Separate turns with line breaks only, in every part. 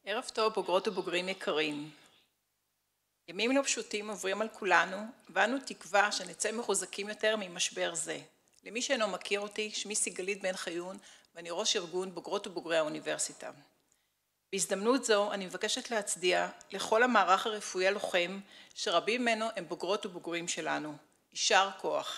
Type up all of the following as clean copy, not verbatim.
ערב טוב בוגרות ובוגרים יקרים. ימים לא פשוטים עוברים על כולנו, ואנו תקווה שנצא מחוזקים יותר ממשבר זה. למי שאינו מכיר אותי, שמי סיגלית בן חיון, ואני ראש ארגון בוגרות ובוגרי האוניברסיטה. בהזדמנות זו אני מבקשת להצדיע לכל המערך הרפואי הלוחם, שרבים ממנו הם בוגרות ובוגרים שלנו. יישר כוח.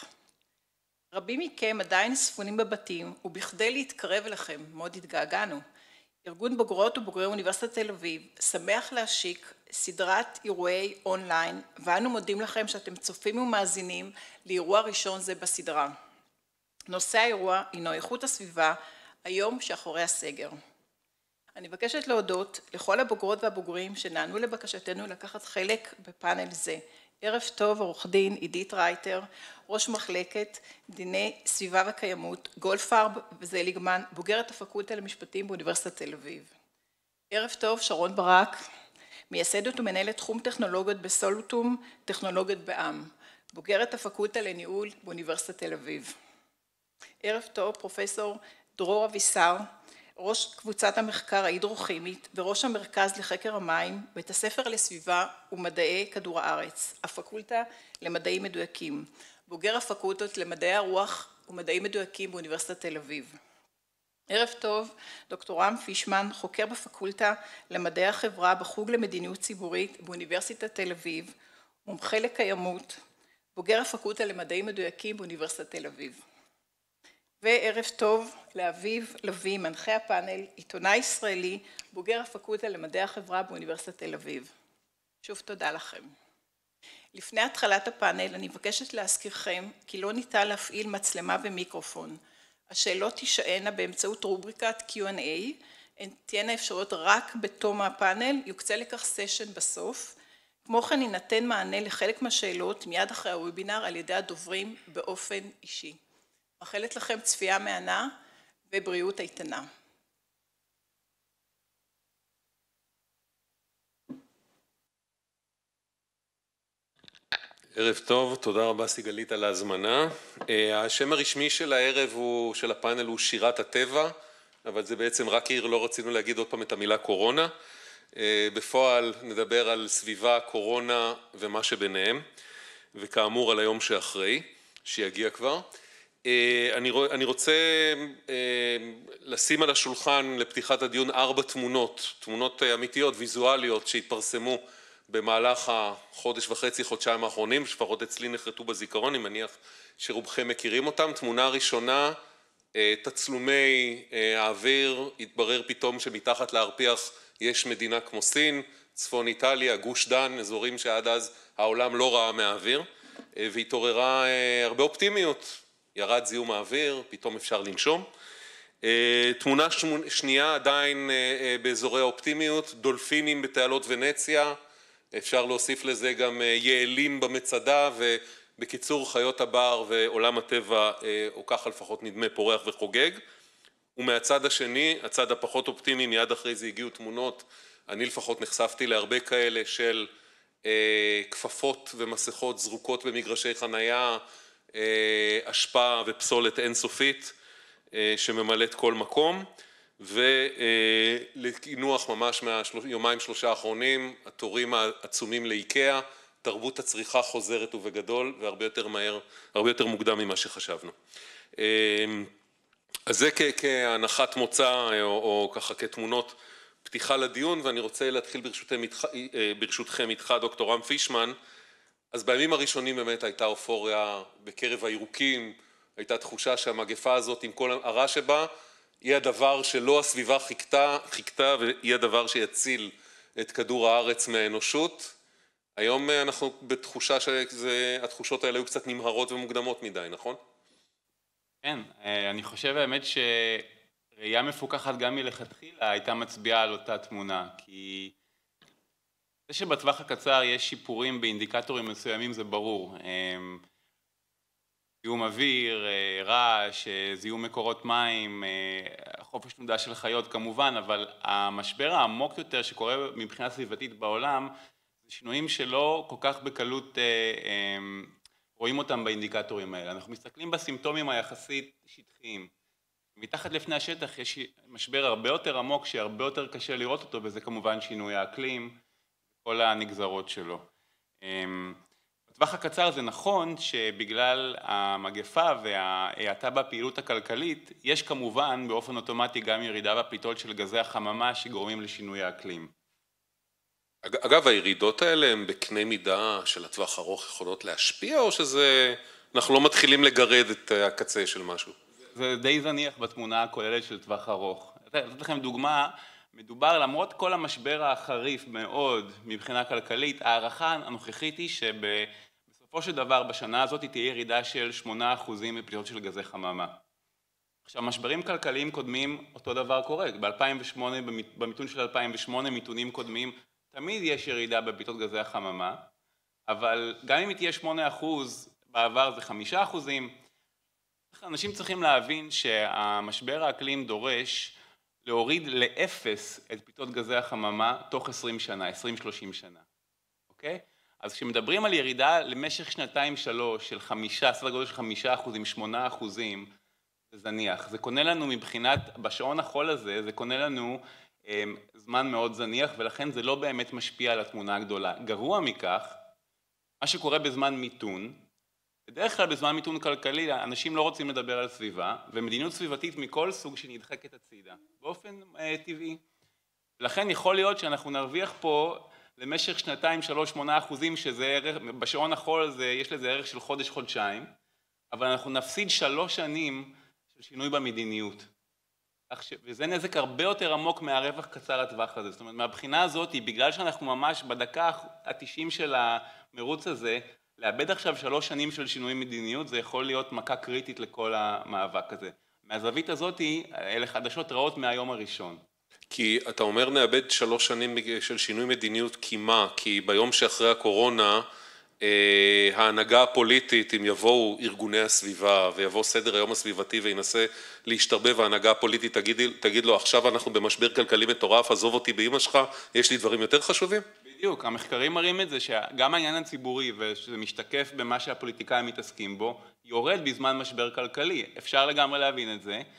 רבים מכם עדיין ספונים בבתים, ובכדי להתקרב אליכם, מאוד התגעגענו. ארגון בוגרות ובוגרי אוניברסיטת תל אביב שמח להשיק סדרת אירועי אונליין, ואנו מודים לכם שאתם צופים ומאזינים לאירוע ראשון זה בסדרה. נושא האירוע הינו איכות הסביבה, היום שאחורי הסגר. אני מבקשת להודות לכל הבוגרות והבוגרים שנענו לבקשתנו לקחת חלק בפאנל זה. ערב טוב, עורך דין עידית רייטר, ראש מחלקת דיני סביבה וקיימות, גולדפרב וזליגמן, בוגרת הפקולטה למשפטים באוניברסיטת תל אביב. ערב טוב, שרון ברק, מייסדת ומנהלת תחום טכנולוגיות בסולוטום, טכנולוגיות בע"מ, בוגרת הפקולטה לניהול באוניברסיטת תל אביב. ערב טוב, פרופסור דרור אבישר, ראש קבוצת המחקר ההידרוכימית וראש המרכז לחקר המים, בית הספר לסביבה ומדעי כדור הארץ, הפקולטה למדעים מדויקים, בוגר הפקולטות למדעי הרוח ומדעים מדויקים באוניברסיטת תל אביב. ערב טוב, דוקטור רם פישמן, חוקר בפקולטה למדעי החברה בחוג למדיניות ציבורית באוניברסיטת תל אביב, מומחה לקיימות, בוגר הפקולטה למדעים מדויקים באוניברסיטת תל אביב. וערב טוב לאביב לוי, מנחה הפאנל, עיתונאי ישראלי, בוגר הפקולטה למדעי החברה באוניברסיטת תל אביב. שוב תודה לכם. לפני התחלת הפאנל אני מבקשת להזכירכם כי לא ניתן להפעיל מצלמה ומיקרופון. השאלות תישאלנה באמצעות רובריקת Q&A, הן תהיינה אפשרויות רק בתום הפאנל, יוקצה לכך סשן בסוף. כמו כן יינתן מענה לחלק מהשאלות מיד אחרי הוובינר על ידי הדוברים באופן אישי. מאחלת לכם צפייה מהנה ובריאות איתנה.
ערב טוב, תודה רבה סיגלית על ההזמנה. השם הרשמי של הערב של הפאנל הוא שירת הטבע, אבל זה בעצם רק עיר, לא רצינו להגיד עוד פעם את המילה קורונה. בפועל נדבר על סביבה, קורונה ומה שביניהם, וכאמור על היום שאחרי, שיגיע כבר. אני רוצה לשים על השולחן לפתיחת הדיון 4 תמונות אמיתיות, ויזואליות שהתפרסמו במהלך החודש וחצי, חודשיים האחרונים, שפחות אצלי נחרטו בזיכרון, אני מניח שרובכם מכירים אותם. תמונה הראשונה, תצלומי האוויר, התברר פתאום שמתחת להרפיח יש מדינה כמו סין, צפון איטליה, גוש דן, אזורים שעד אז העולם לא ראה מהאוויר, והתעוררה הרבה אופטימיות. ירד זיהום האוויר, פתאום אפשר לנשום. תמונה שנייה עדיין באזורי האופטימיות, דולפינים בתעלות ונציה, אפשר להוסיף לזה גם יעלים במצדה, ובקיצור חיות הבר ועולם הטבע, או ככה לפחות נדמה, פורח וחוגג. ומהצד השני, הצד הפחות אופטימי, מיד אחרי זה הגיעו תמונות, אני לפחות נחשפתי להרבה כאלה של כפפות ומסכות זרוקות במגרשי חנייה, השפעה ופסולת אינסופית שממלאת כל מקום, ולקינוח ממש מהיומיים שלושה האחרונים, התורים העצומים לאיקאה, תרבות הצריכה חוזרת ובגדול והרבה יותר מהר, הרבה יותר מוקדם ממה שחשבנו. אז זה כהנחת מוצא או ככה כתמונות פתיחה לדיון, ואני רוצה להתחיל ברשותכם איתך דוקטור רם פישמן. אז בימים הראשונים באמת הייתה אופוריה בקרב הירוקים, הייתה תחושה שהמגפה הזאת עם כל הרע שבה, היא הדבר שלא הסביבה חיכתה והיא הדבר שיציל את כדור הארץ מהאנושות. היום אנחנו בתחושה שהתחושות האלה היו קצת נמהרות ומוקדמות מדי, נכון?
כן, אני חושב באמת שראייה מפוקחת גם מלכתחילה הייתה מצביעה על אותה תמונה, כי זה שבטווח הקצר יש שיפורים באינדיקטורים מסוימים זה ברור. זיהום אוויר, רעש, זיהום מקורות מים, חופש תנודה של חיות כמובן, אבל המשבר העמוק יותר שקורה מבחינה סביבתית בעולם, זה שינויים שלא כל כך בקלות רואים אותם באינדיקטורים האלה. אנחנו מסתכלים בסימפטומים היחסית שטחיים. מתחת לפני השטח יש משבר הרבה יותר עמוק שהרבה יותר קשה לראות אותו, וזה כמובן שינוי האקלים, כל הנגזרות שלו. בטווח הקצר זה נכון שבגלל המגפה וההאטה בפעילות הכלכלית, יש כמובן באופן אוטומטי גם ירידה בפליטות של גזי החממה שגורמים לשינוי האקלים.
אגב, הירידות האלה הן בקנה מידה של הטווח ארוך יכולות להשפיע, או שזה, אנחנו לא מתחילים לגרד את הקצה של משהו?
זה די זניח בתמונה הכוללת של טווח ארוך. לתת לכם דוגמה, מדובר למרות כל המשבר החריף מאוד מבחינה כלכלית, הערכה הנוכחית היא שבסופו של דבר בשנה הזאת תהיה ירידה של 8% בפליטות של גזי חממה. עכשיו, משברים כלכליים קודמים אותו דבר קורה, ב-2008, במיתון של 2008, מיתונים קודמים, תמיד יש ירידה בפליטות גזי החממה, אבל גם אם היא תהיה 8%, בעבר זה 5%, אנשים צריכים להבין שהמשבר האקלים דורש להוריד לאפס את פליטות גזי החממה תוך 20 שנה, 20-30 שנה, אוקיי? אז כשמדברים על ירידה למשך 2-3 של 5, סדר גודל של 5%, 8%, זה זניח. זה קונה לנו מבחינת, בשעון החול הזה, זה קונה לנו זמן מאוד זניח, ולכן זה לא באמת משפיע על התמונה הגדולה. גרוע מכך, מה שקורה בזמן מיתון, בדרך כלל בזמן מיתון כלכלי, אנשים לא רוצים לדבר על סביבה, ומדיניות סביבתית מכל סוג שנדחקת הצידה, באופן טבעי. לכן יכול להיות שאנחנו נרוויח פה למשך 2-3-8%, שזה ערך, בשעון החול הזה יש לזה ערך של חודש-חודשיים, אבל אנחנו נפסיד 3 שנים של שינוי במדיניות. וזה נזק הרבה יותר עמוק מהרווח קצר הטווח הזה. זאת אומרת, מהבחינה הזאת, בגלל שאנחנו ממש בדקה ה-90 של המרוץ הזה, לאבד עכשיו 3 שנים של שינוי מדיניות, זה יכול להיות מכה קריטית לכל המאבק הזה. מהזווית הזאת, אלה חדשות רעות מהיום הראשון.
כי אתה אומר נאבד 3 שנים של שינוי מדיניות, כי מה? כי ביום שאחרי הקורונה, ההנהגה הפוליטית, אם יבואו ארגוני הסביבה ויבוא סדר היום הסביבתי וינסה להשתרבב, ההנהגה הפוליטית תגיד לו, עכשיו אנחנו במשבר כלכלי מטורף, עזוב אותי באמא שלך, יש לי דברים יותר חשובים?
בדיוק, המחקרים מראים את זה שגם העניין הציבורי, ושזה משתקף במה שהפוליטיקאים מתעסקים בו, יורד בזמן משבר כלכלי. אפשר לגמרי להבין את זה,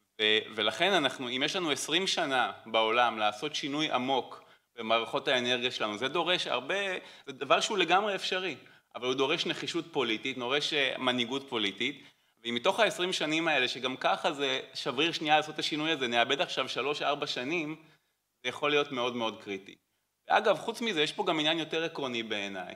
ולכן אנחנו, אם יש לנו 20 שנה בעולם לעשות שינוי עמוק במערכות האנרגיה שלנו, זה דורש הרבה, זה דבר שהוא לגמרי אפשרי, אבל הוא דורש נחישות פוליטית, דורש מנהיגות פוליטית, ומתוך ה-20 שנים האלה, שגם ככה זה שבריר שנייה לעשות את השינוי הזה, נאבד עכשיו 3-4 שנים, זה יכול להיות מאוד מאוד קריטי. ואגב, חוץ מזה, יש פה גם עניין יותר עקרוני בעיניי,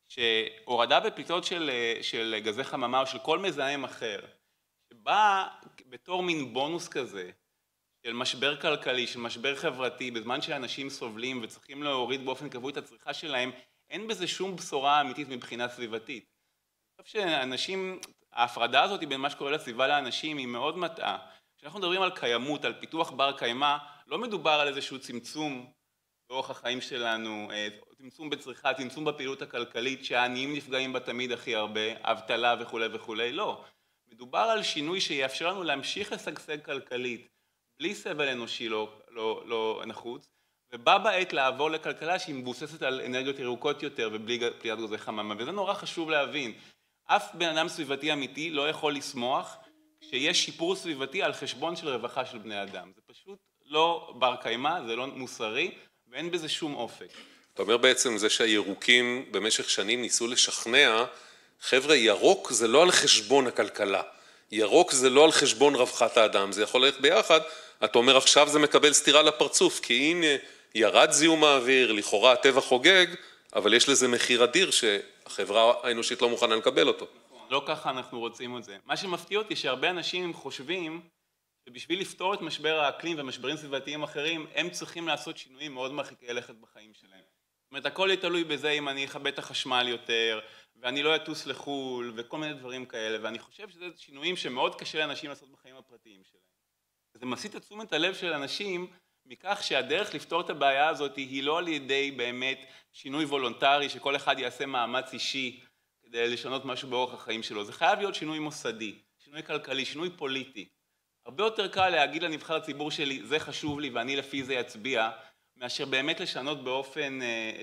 שהורדה בפליטות של גזי חממה או של כל מזהם אחר, שבא בתור מין בונוס כזה, של משבר כלכלי, של משבר חברתי, בזמן שאנשים סובלים וצריכים להוריד באופן קבוע את הצריכה שלהם, אין בזה שום בשורה אמיתית מבחינה סביבתית. אני חושב שאנשים, ההפרדה הזאת בין מה שקורה לסביבה לאנשים היא מאוד מטעה. כשאנחנו מדברים על קיימות, על פיתוח בר קיימא, לא מדובר על איזשהו צמצום באורח החיים שלנו, צמצום בצריכה, צמצום בפעילות הכלכלית, שהעניים נפגעים בה תמיד הכי הרבה, אבטלה וכו' וכו', לא. מדובר על שינוי שיאפשר לנו להמשיך לשגשג כלכלית, בלי סבל אנושי לא נחוץ, ובא בעת לעבור לכלכלה שהיא מבוססת על אנרגיות ירוקות יותר ובלי פליטת גזי חממה, וזה נורא חשוב להבין. אף בן אדם סביבתי אמיתי לא יכול לשמוח שיש שיפור סביבתי על חשבון של רווחה של בני אדם. זה פשוט לא בר קיימא, זה לא מוסרי, ואין בזה שום אופק.
אתה אומר בעצם זה שהירוקים במשך שנים ניסו לשכנע, חבר'ה, ירוק זה לא על חשבון הכלכלה. ירוק זה לא על חשבון רווחת האדם, זה יכול ללכת ביחד. אתה אומר עכשיו זה מקבל סתירה לפרצוף, כי הנה ירד זיהום האוויר, לכאורה הטבע חוגג, אבל יש לזה מחיר אדיר שהחברה האנושית לא מוכנה לקבל אותו.
לא ככה אנחנו רוצים את זה. מה שמפתיע אותי שהרבה אנשים חושבים שבשביל לפתור את משבר האקלים ומשברים סביבתיים אחרים, הם צריכים לעשות שינויים מאוד מרחיקי לכת בחיים שלהם. זאת אומרת, הכל תלוי בזה אם אני אכבד את החשמל יותר, ואני לא אטוס לחול, וכל מיני דברים כאלה, ואני חושב שזה שינויים שמאוד קשה לאנשים לעשות בחיים הפרטיים שלהם. זה מסיט את תשומת הלב של אנשים מכך שהדרך לפתור את הבעיה הזאת היא לא על ידי באמת שינוי וולונטרי, שכל אחד יעשה מאמץ אישי כדי לשנות משהו באורח החיים שלו. זה חייב להיות שינוי מוסדי, שינוי כלכלי, שינוי פוליטי. הרבה יותר קל להגיד לנבחר הציבור שלי, זה חשוב לי ואני לפי זה אצביע, מאשר באמת לשנות באופן,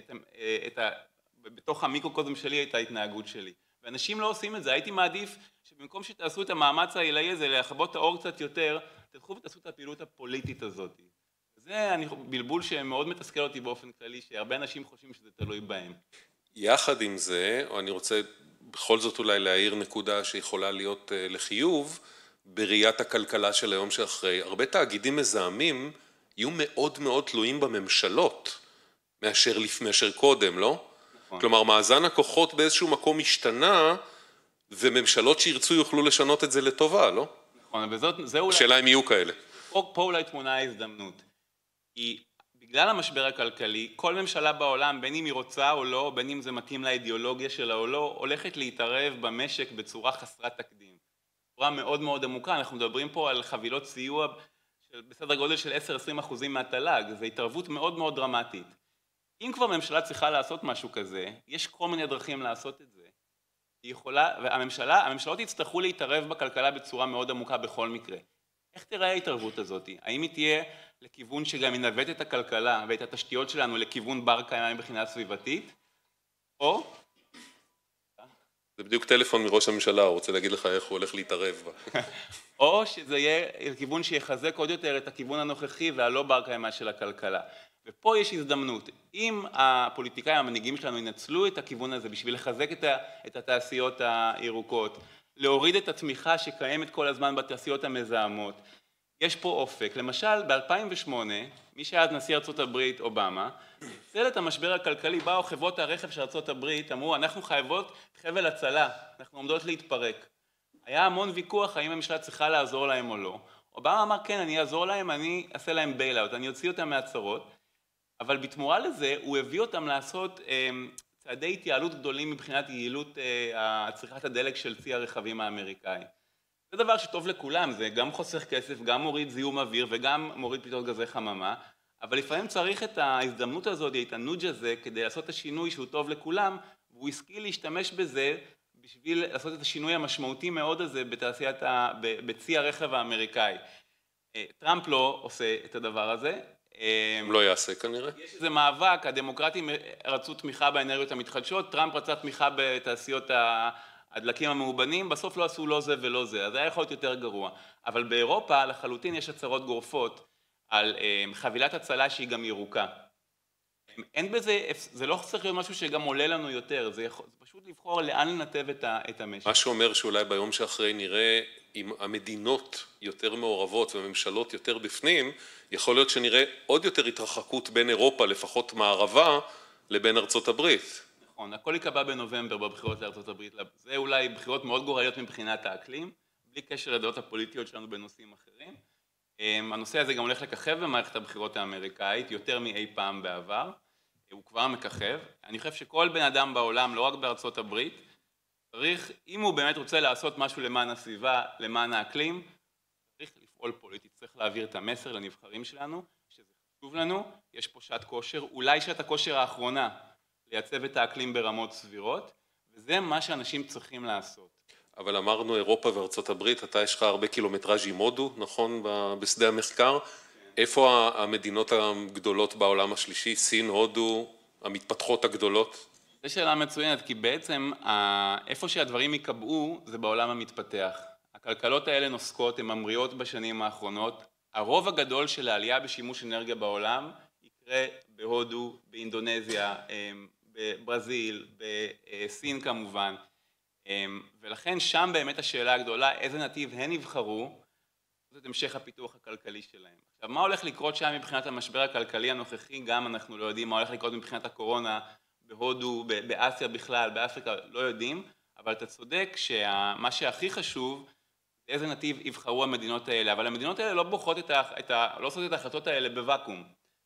בתוך המיקרוקוסמוס שלי את ההתנהגות שלי. ואנשים לא עושים את זה. הייתי מעדיף שבמקום שתעשו את המאמץ העילאי הזה, להכבות את האור קצת יותר, תלכו ותעשו את הפעילות הפוליטית הזאת. זה בלבול שמאוד מתסכל אותי באופן כללי, שהרבה אנשים חושבים שזה תלוי בהם.
יחד עם זה, או אני רוצה בכל זאת אולי להעיר נקודה שיכולה להיות לחיוב, בראיית הכלכלה של היום שאחרי, הרבה תאגידים מזהמים יהיו מאוד מאוד תלויים בממשלות מאשר קודם, לא?
נכון.
כלומר, מאזן הכוחות באיזשהו מקום השתנה, וממשלות שירצו יוכלו לשנות את זה לטובה, לא?
נכון, וזה אולי...
השאלה אם יהיו כאלה.
פה אולי תמונה ההזדמנות. כי בגלל המשבר הכלכלי, כל ממשלה בעולם, בין אם היא רוצה או לא, בין אם זה מתאים לאידיאולוגיה שלה או לא, הולכת להתערב במשק בצורה חסרת תקדים. בצורה מאוד מאוד עמוקה, אנחנו מדברים פה על חבילות סיוע בסדר גודל של 10-20% מהתל"ג, זו התערבות מאוד מאוד דרמטית. אם כבר ממשלה צריכה לעשות משהו כזה, יש כל מיני דרכים לעשות את זה. היא יכולה, הממשלות יצטרכו להתערב בכלכלה בצורה מאוד עמוקה בכל מקרה. איך תראה ההתערבות הזאת? האם היא תהיה לכיוון שגם ינווט את הכלכלה ואת התשתיות שלנו לכיוון בר קיימא מבחינה סביבתית? או...
זה בדיוק טלפון מראש הממשלה, הוא רוצה להגיד לך איך הוא הולך להתערב בה.
או שזה יהיה לכיוון שיחזק עוד יותר את הכיוון הנוכחי והלא בר קיימא של הכלכלה. ופה יש הזדמנות. אם הפוליטיקאים, המנהיגים שלנו, ינצלו את הכיוון הזה בשביל לחזק את התעשיות הירוקות, להוריד את התמיכה שקיימת כל הזמן בתעשיות המזהמות, יש פה אופק. למשל, ב-2008, מי שהיה נשיא ארצות הברית, אובמה, ניצל את המשבר הכלכלי, באו חברות הרכב של ארצות הברית, אמרו, אנחנו חייבות חבל הצלה, אנחנו עומדות להתפרק. היה המון ויכוח האם הממשלה צריכה לעזור להם או לא. אובמה אמר, כן, אני אעזור להם, אני אעשה להם בייל-אוט, אני אוציא אותם מהצרות, אבל בתמורה לזה הוא הביא אותם לעשות צעדי התייעלות גדולים מבחינת יעילות צריכת הדלק של צי הרכבים האמריקאי. זה דבר שטוב לכולם, זה גם חוסך כסף, גם מוריד זיהום אוויר וגם מוריד פליטות גזי חממה, אבל לפעמים צריך את ההזדמנות הזאת, את הנודג' הזה, כדי לעשות את השינוי שהוא טוב לכולם, והוא השכיל להשתמש בזה בשביל לעשות את השינוי המשמעותי מאוד הזה בצי הרכב האמריקאי. טראמפ לא עושה את הדבר הזה.
לא יעשה כנראה.
יש איזה מאבק, הדמוקרטים רצו תמיכה באנרגיות המתחדשות, טראמפ רצה תמיכה בתעשיות הדלקים המאובנים, בסוף לא עשו לא זה ולא זה, אז זה היה יכול להיות יותר גרוע. אבל באירופה לחלוטין יש הצהרות גורפות על חבילת הצלה שהיא גם ירוקה. אין בזה, זה לא צריך להיות משהו שגם עולה לנו יותר, זה פשוט לבחור לאן לנתב את המשק.
מה שאומר שאולי ביום שאחרי נראה אם המדינות יותר מעורבות וממשלות יותר בפנים, יכול להיות שנראה עוד יותר התרחקות בין אירופה, לפחות מערבה, לבין ארצות הברית.
נכון, הכל יקבע בנובמבר בבחירות לארצות הברית, זה אולי בחירות מאוד גורליות מבחינת האקלים, בלי קשר לדעות הפוליטיות שלנו בנושאים אחרים. הנושא הזה גם הולך לככב במערכת הבחירות האמריקאית, יותר מאי פעם בעבר, הוא כבר מככב. אני חושב שכל בן אדם בעולם, לא רק בארצות הברית, צריך, אם הוא באמת רוצה לעשות משהו למען הסביבה, למען האקלים, צריך לפעול פוליטית, צריך להעביר את המסר לנבחרים שלנו, שזה חשוב לנו, יש פה שעת כושר, אולי שעת הכושר האחרונה, לייצב את האקלים ברמות סבירות, וזה מה שאנשים צריכים לעשות.
אבל אמרנו אירופה וארצות הברית, אתה יש לך הרבה קילומטראז' עם הודו, נכון, בשדה המחקר? איפה המדינות הגדולות בעולם השלישי, סין, הודו, המתפתחות הגדולות?
זו שאלה מצוינת, כי בעצם איפה שהדברים יקבעו זה בעולם המתפתח. הכלכלות האלה נוסקות, הן ממריאות בשנים האחרונות. הרוב הגדול של העלייה בשימוש אנרגיה בעולם יקרה בהודו, באינדונזיה, בברזיל, בסין כמובן. ולכן שם באמת השאלה הגדולה, איזה נתיב הן יבחרו, זאת המשך הפיתוח הכלכלי שלהם. עכשיו, מה הולך לקרות שם מבחינת המשבר הכלכלי הנוכחי? גם אנחנו לא יודעים מה הולך לקרות מבחינת הקורונה, בהודו, באסיה בכלל, באפריקה, לא יודעים, אבל אתה צודק שמה שהכי חשוב, זה איזה נתיב יבחרו המדינות האלה, אבל המדינות האלה לא בוחרות לא עושות את ההחלטות האלה בוואקום.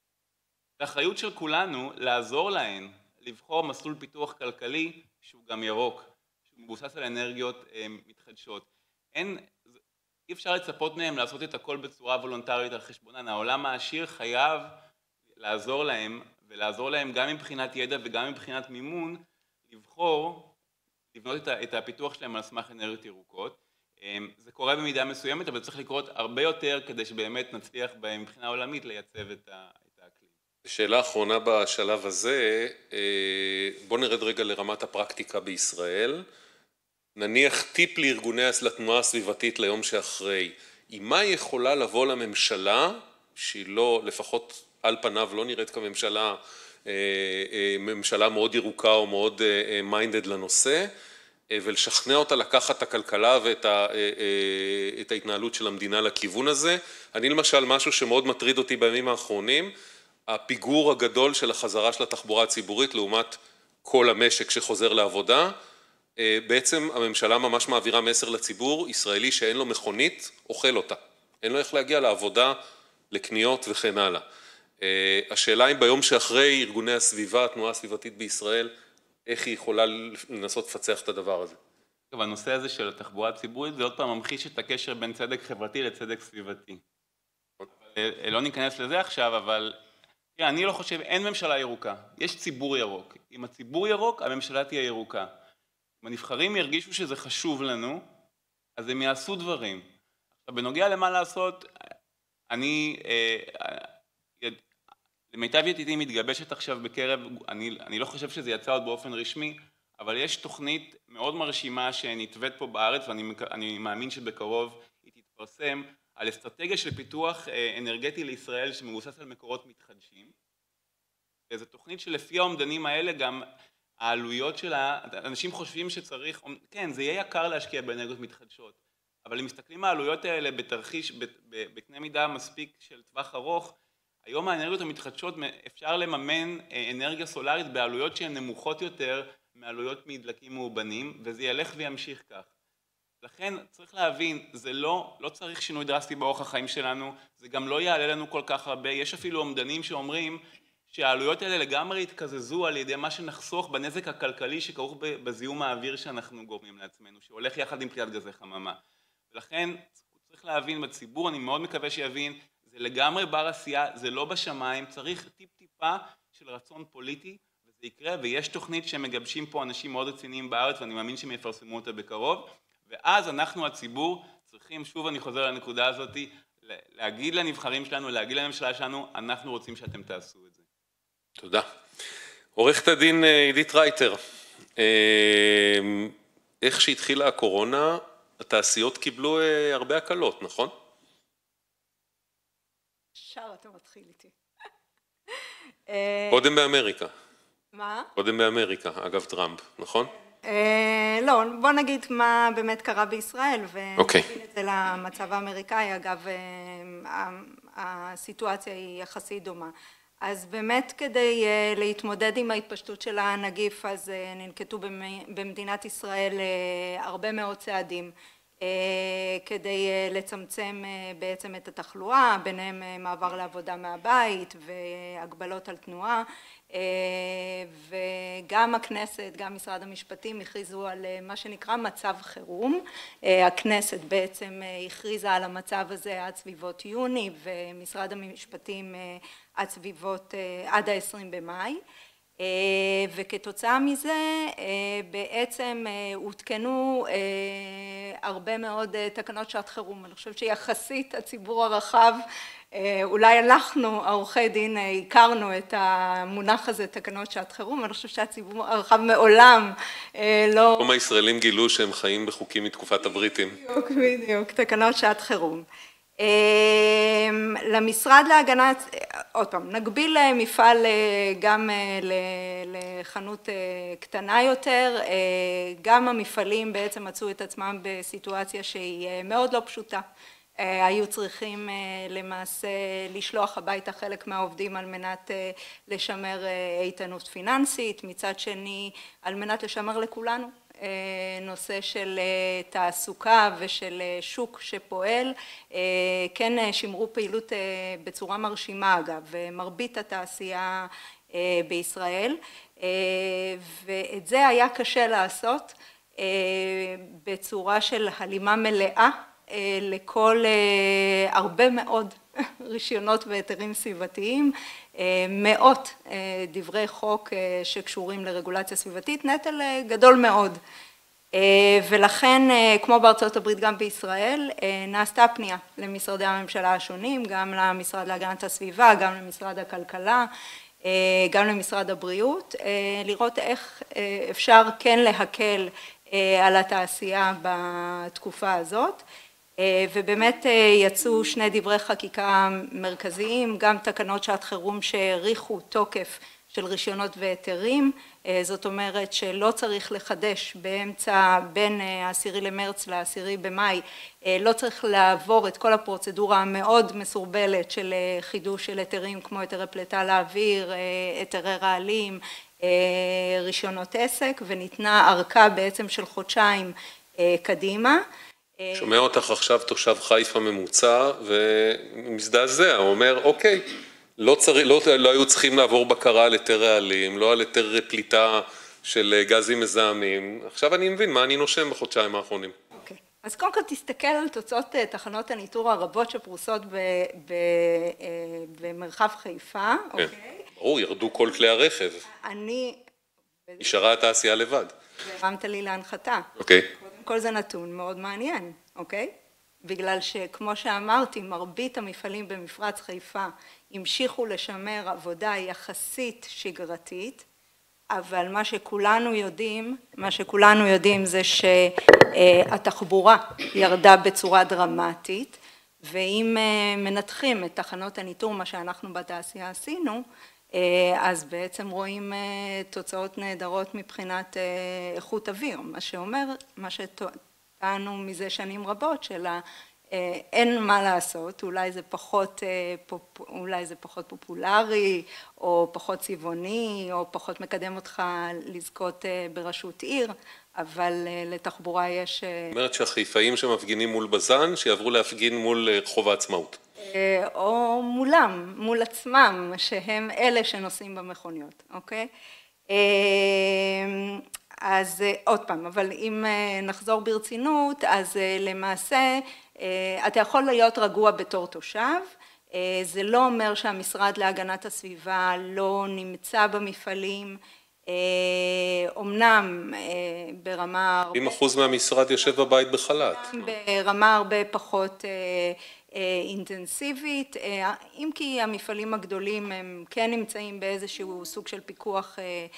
האחריות של כולנו לעזור להן, לבחור מסלול פיתוח כלכלי שהוא גם ירוק, שהוא מבוסס על אנרגיות מתחדשות. אי אפשר לצפות מהם לעשות את הכל בצורה וולונטרית על חשבונן. העולם העשיר חייב לעזור להם, ולעזור להם גם מבחינת ידע וגם מבחינת מימון, לבנות את הפיתוח שלהם על סמך אנרגיות ירוקות. זה קורה במידה מסוימת, אבל צריך לקרות הרבה יותר כדי שבאמת נצליח מבחינה עולמית לייצב את האקלים.
שאלה אחרונה בשלב הזה, בוא נרד רגע לרמת הפרקטיקה בישראל. נניח טיפ לארגוני לתנועה הסביבתית ליום שאחרי. עם מה היא יכולה לבוא לממשלה, שהיא לא, לפחות על פניו לא נראית ממשלה מאוד ירוקה או מאוד מיינדד לנושא, ולשכנע אותה לקחת את הכלכלה ואת ההתנהלות של המדינה לכיוון הזה. אני למשל, משהו שמאוד מטריד אותי בימים האחרונים, הפיגור הגדול של החזרה של התחבורה הציבורית לעומת כל המשק שחוזר לעבודה. בעצם הממשלה ממש מעבירה מסר לציבור, ישראלי שאין לו מכונית, אוכל אותה. אין לו איך להגיע לעבודה, לקניות וכן הלאה. השאלה אם ביום שאחרי ארגוני הסביבה, התנועה הסביבתית בישראל, איך היא יכולה לנסות לפצח את הדבר הזה?
טוב, הנושא הזה של התחבורה הציבורית זה עוד פעם ממחיש את הקשר בין צדק חברתי לצדק סביבתי. לא ניכנס לזה עכשיו, אבל אני לא חושב, אין ממשלה ירוקה, יש ציבור ירוק. אם הציבור ירוק, הממשלה תהיה ירוקה. אם הנבחרים ירגישו שזה חשוב לנו, אז הם יעשו דברים. עכשיו, בנוגע למה לעשות, למיטב ידיעתי מתגבשת עכשיו בקרב, אני לא חושב שזה יצא עוד באופן רשמי, אבל יש תוכנית מאוד מרשימה שנתווית פה בארץ, ואני מאמין שבקרוב היא תתפרסם, על אסטרטגיה של פיתוח אנרגטי לישראל שמבוסס על מקורות מתחדשים. וזו תוכנית שלפי האומדנים האלה גם העלויות שלה, אנשים חושבים שצריך, כן, זה יהיה יקר להשקיע באנרגיות מתחדשות, אבל אם מסתכלים העלויות האלה בתרחיש, בקנה מידה מספיק של טווח ארוך, היום האנרגיות המתחדשות אפשר לממן אנרגיה סולארית בעלויות שהן נמוכות יותר מעלויות מדלקים מאובנים, וזה ילך וימשיך כך. לכן צריך להבין, זה לא צריך שינוי דרסטי באורח החיים שלנו, זה גם לא יעלה לנו כל כך הרבה, יש אפילו אומדנים שאומרים שהעלויות האלה לגמרי יתקזזו על ידי מה שנחסוך בנזק הכלכלי שכרוך בזיהום האוויר שאנחנו גורמים לעצמנו, שהולך יחד עם פליטת גזי חממה. ולכן צריך להבין בציבור, אני מאוד מקווה שיבין, זה לגמרי בר עשייה, זה לא בשמיים, צריך טיפה של רצון פוליטי, וזה יקרה, ויש תוכנית שמגבשים פה אנשים מאוד רציניים בארץ, ואני מאמין שהם יפרסמו אותה בקרוב, ואז אנחנו הציבור צריכים, שוב אני חוזר לנקודה הזאת, להגיד לנבחרים שלנו, להגיד לממשלה שלנו, אנחנו רוצים שאתם תעשו את זה.
תודה. עורכת הדין עידית רייטר, איך שהתחילה הקורונה, התעשיות קיבלו הרבה הקלות, נכון?
עכשיו אתה מתחיל איתי.
קודם באמריקה.
מה?
קודם באמריקה, אגב טראמפ, נכון?
לא, בוא נגיד מה באמת קרה בישראל, ונבין את זה למצב האמריקאי, אגב, הסיטואציה היא יחסית דומה. אז באמת כדי להתמודד עם ההתפשטות של הנגיף, אז ננקטו במדינת ישראל הרבה מאוד צעדים, כדי לצמצם בעצם את התחלואה, ביניהם מעבר לעבודה מהבית והגבלות על תנועה, וגם הכנסת, גם משרד המשפטים הכריזו על מה שנקרא מצב חירום. הכנסת בעצם הכריזה על המצב הזה עד סביבות יוני, ומשרד המשפטים עד ה-20 במאי. וכתוצאה מזה בעצם הותקנו הרבה מאוד תקנות שעת חירום. אני חושבת שיחסית הציבור הרחב, אולי אנחנו העורכי דין הכרנו את המונח הזה, תקנות שעת חירום, אני חושבת שהציבור הרחב מעולם לא...
כמו הישראלים גילו שהם חיים בחוקים מתקופת הבריטים.
בדיוק, תקנות שעת חירום. למשרד להגנת, עוד פעם, נגביל מפעל גם לחנות קטנה יותר, גם המפעלים בעצם מצאו את עצמם בסיטואציה שהיא מאוד לא פשוטה. היו צריכים למעשה לשלוח הביתה חלק מהעובדים על מנת לשמר איתנות פיננסית, מצד שני על מנת לשמר לכולנו נושא של תעסוקה ושל שוק שפועל, כן שמרו פעילות בצורה מרשימה אגב, מרבית התעשייה בישראל, ואת זה היה קשה לעשות בצורה של הלימה מלאה לכל הרבה מאוד רישיונות והיתרים סביבתיים, מאות דברי חוק שקשורים לרגולציה סביבתית, נטל גדול מאוד. ולכן, כמו בארצות הברית גם בישראל, נעשתה פנייה למשרדי הממשלה השונים, גם למשרד להגנת הסביבה, גם למשרד הכלכלה, גם למשרד הבריאות, לראות איך אפשר כן להקל על התעשייה בתקופה הזאת. ובאמת יצאו שני דברי חקיקה מרכזיים, גם תקנות שעת חירום שהאריכו תוקף של רישיונות והיתרים, זאת אומרת שלא צריך לחדש באמצע בין 10 למרץ ל10 במאי, לא צריך לעבור את כל הפרוצדורה המאוד מסורבלת של חידוש של היתרים כמו היתרי פליטה לאוויר, היתרי רעלים, רישיונות עסק, וניתנה ארכה בעצם של חודשיים קדימה.
שומע אותך עכשיו תושב חיפה ממוצע ומזדעזע, הוא אומר אוקיי, לא היו צריכים לעבור בקרה על היתר רעלים, לא על היתר פליטה של גזים מזהמים, עכשיו אני מבין מה אני נושם בחודשיים האחרונים.
אוקיי, אז קודם כל תסתכל על תוצאות תחנות הניטור הרבות שפרוסות במרחב חיפה, אוקיי?
ברור, ירדו כל כלי הרכב. נשארה התעשייה לבד.
הרמת לי להנחתה.
אוקיי.
קודם כל זה נתון מאוד מעניין, אוקיי? בגלל שכמו שאמרתי, מרבית המפעלים במפרץ חיפה המשיכו לשמר עבודה יחסית שגרתית, אבל מה שכולנו יודעים זה שהתחבורה ירדה בצורה דרמטית, ואם מנתחים את תחנות הניטור, מה שאנחנו בתעשייה עשינו, אז בעצם רואים תוצאות נהדרות מבחינת איכות אוויר, מה שאומר, מה שטענו מזה שנים רבות, אין מה לעשות, אולי זה פחות פופולרי, או פחות צבעוני, או פחות מקדם אותך לזכות בראשות עיר, אבל לתחבורה יש...
זאת אומרת שהחיפאים שמפגינים מול בזן, שיעברו להפגין מול רחוב העצמאות.
או מולם, מול עצמם, שהם אלה שנוסעים במכוניות, אוקיי? אז עוד פעם, אבל אם נחזור ברצינות, אז למעשה אתה יכול להיות רגוע בתור תושב, זה לא אומר שהמשרד להגנת הסביבה לא נמצא במפעלים, אמנם ברמה...
40% מהמשרד יושב בבית בחל"ת.
ברמה הרבה פחות אינטנסיבית, אם כי המפעלים הגדולים הם כן נמצאים באיזשהו סוג של פיקוח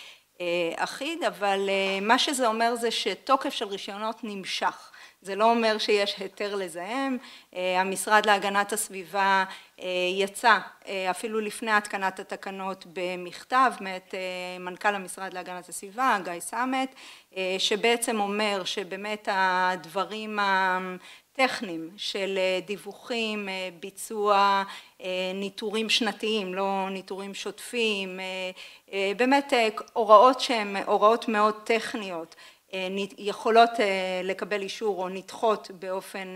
אחיד, אבל מה שזה אומר זה שתוקף של רישיונות נמשך. זה לא אומר שיש היתר לזהם, המשרד להגנת הסביבה יצא אפילו לפני התקנת התקנות במכתב מאת מנכ"ל המשרד להגנת הסביבה, גיא סמט, שבעצם אומר שבאמת הדברים הטכניים של דיווחים, ביצוע, ניטורים שנתיים, לא ניטורים שוטפים, באמת הוראות שהן הוראות מאוד טכניות, יכולות לקבל אישור או נדחות באופן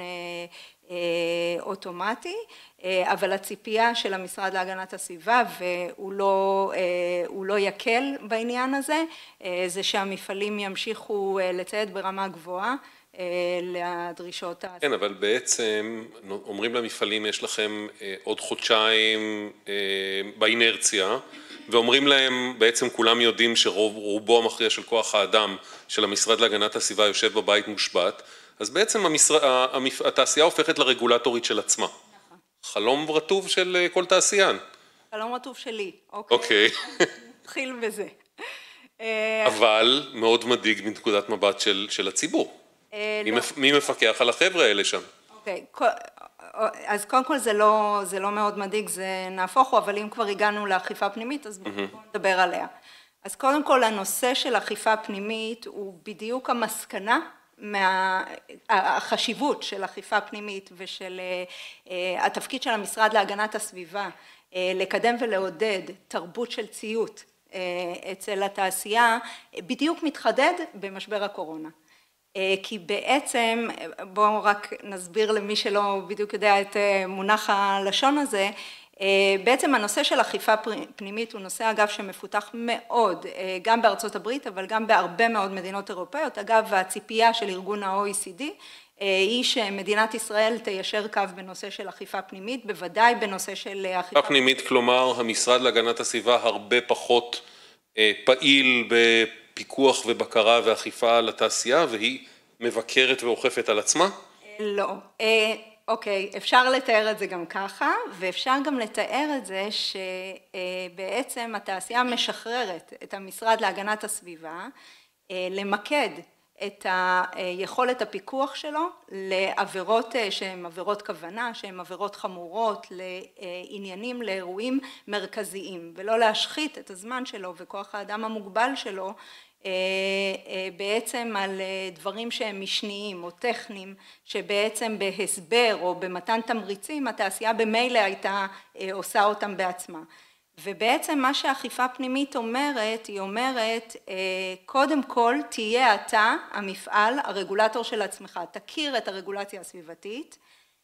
אוטומטי, אבל הציפייה של המשרד להגנת הסביבה, והוא לא יקל בעניין הזה, זה שהמפעלים ימשיכו לצייד ברמה גבוהה לדרישות.
כן, אבל בעצם אומרים למפעלים יש לכם עוד חודשיים באינרציה, ואומרים להם, בעצם כולם יודעים שרובו המכריע של כוח האדם של המשרד להגנת הסביבה יושב בבית מושבת, אז בעצם התעשייה הופכת לרגולטורית של עצמה. נכון. חלום רטוב של כל תעשיין.
חלום רטוב שלי,
אוקיי.
נתחיל בזה.
אבל מאוד מדאיג מנקודת מבט של הציבור. מי מפקח על החבר'ה האלה שם?
אוקיי. אז קודם כל זה לא מאוד מדאיג, זה נהפוך הוא, אבל אם כבר הגענו לאכיפה פנימית, אז בואו נדבר עליה. אז קודם כל הנושא של אכיפה פנימית הוא בדיוק המסקנה מהחשיבות של אכיפה פנימית ושל התפקיד של המשרד להגנת הסביבה, לקדם ולעודד תרבות של ציות אצל התעשייה, בדיוק מתחדד במשבר הקורונה. כי בעצם, בואו רק נסביר למי שלא בדיוק יודע את מונח הלשון הזה, בעצם הנושא של אכיפה פנימית הוא נושא אגב שמפותח מאוד, גם בארצות הברית, אבל גם בהרבה מאוד מדינות אירופאיות. אגב, הציפייה של ארגון ה-OECD היא שמדינת ישראל תיישר קו בנושא של אכיפה פנימית, בוודאי בנושא של
אכיפה פנימית, כלומר, המשרד להגנת הסביבה הרבה פחות פעיל בפיקוח ובקרה ואכיפה על התעשייה, והיא מבקרת ואוכפת על עצמה?
לא. אוקיי, אפשר לתאר את זה גם ככה, ואפשר גם לתאר את זה שבעצם התעשייה משחררת את המשרד להגנת הסביבה, למקד את היכולת הפיקוח שלו לעבירות שהן עבירות כוונה, שהן עבירות חמורות, לעניינים, לאירועים מרכזיים, ולא להשחית את הזמן שלו וכוח האדם המוגבל שלו בעצם על דברים שהם משניים או טכניים, שבעצם בהסבר או במתן תמריצים התעשייה במילא הייתה עושה אותם בעצמה. ובעצם מה שהאכיפה פנימית אומרת, היא אומרת, קודם כל תהיה אתה, המפעל, הרגולטור של עצמך, תכיר את הרגולציה הסביבתית,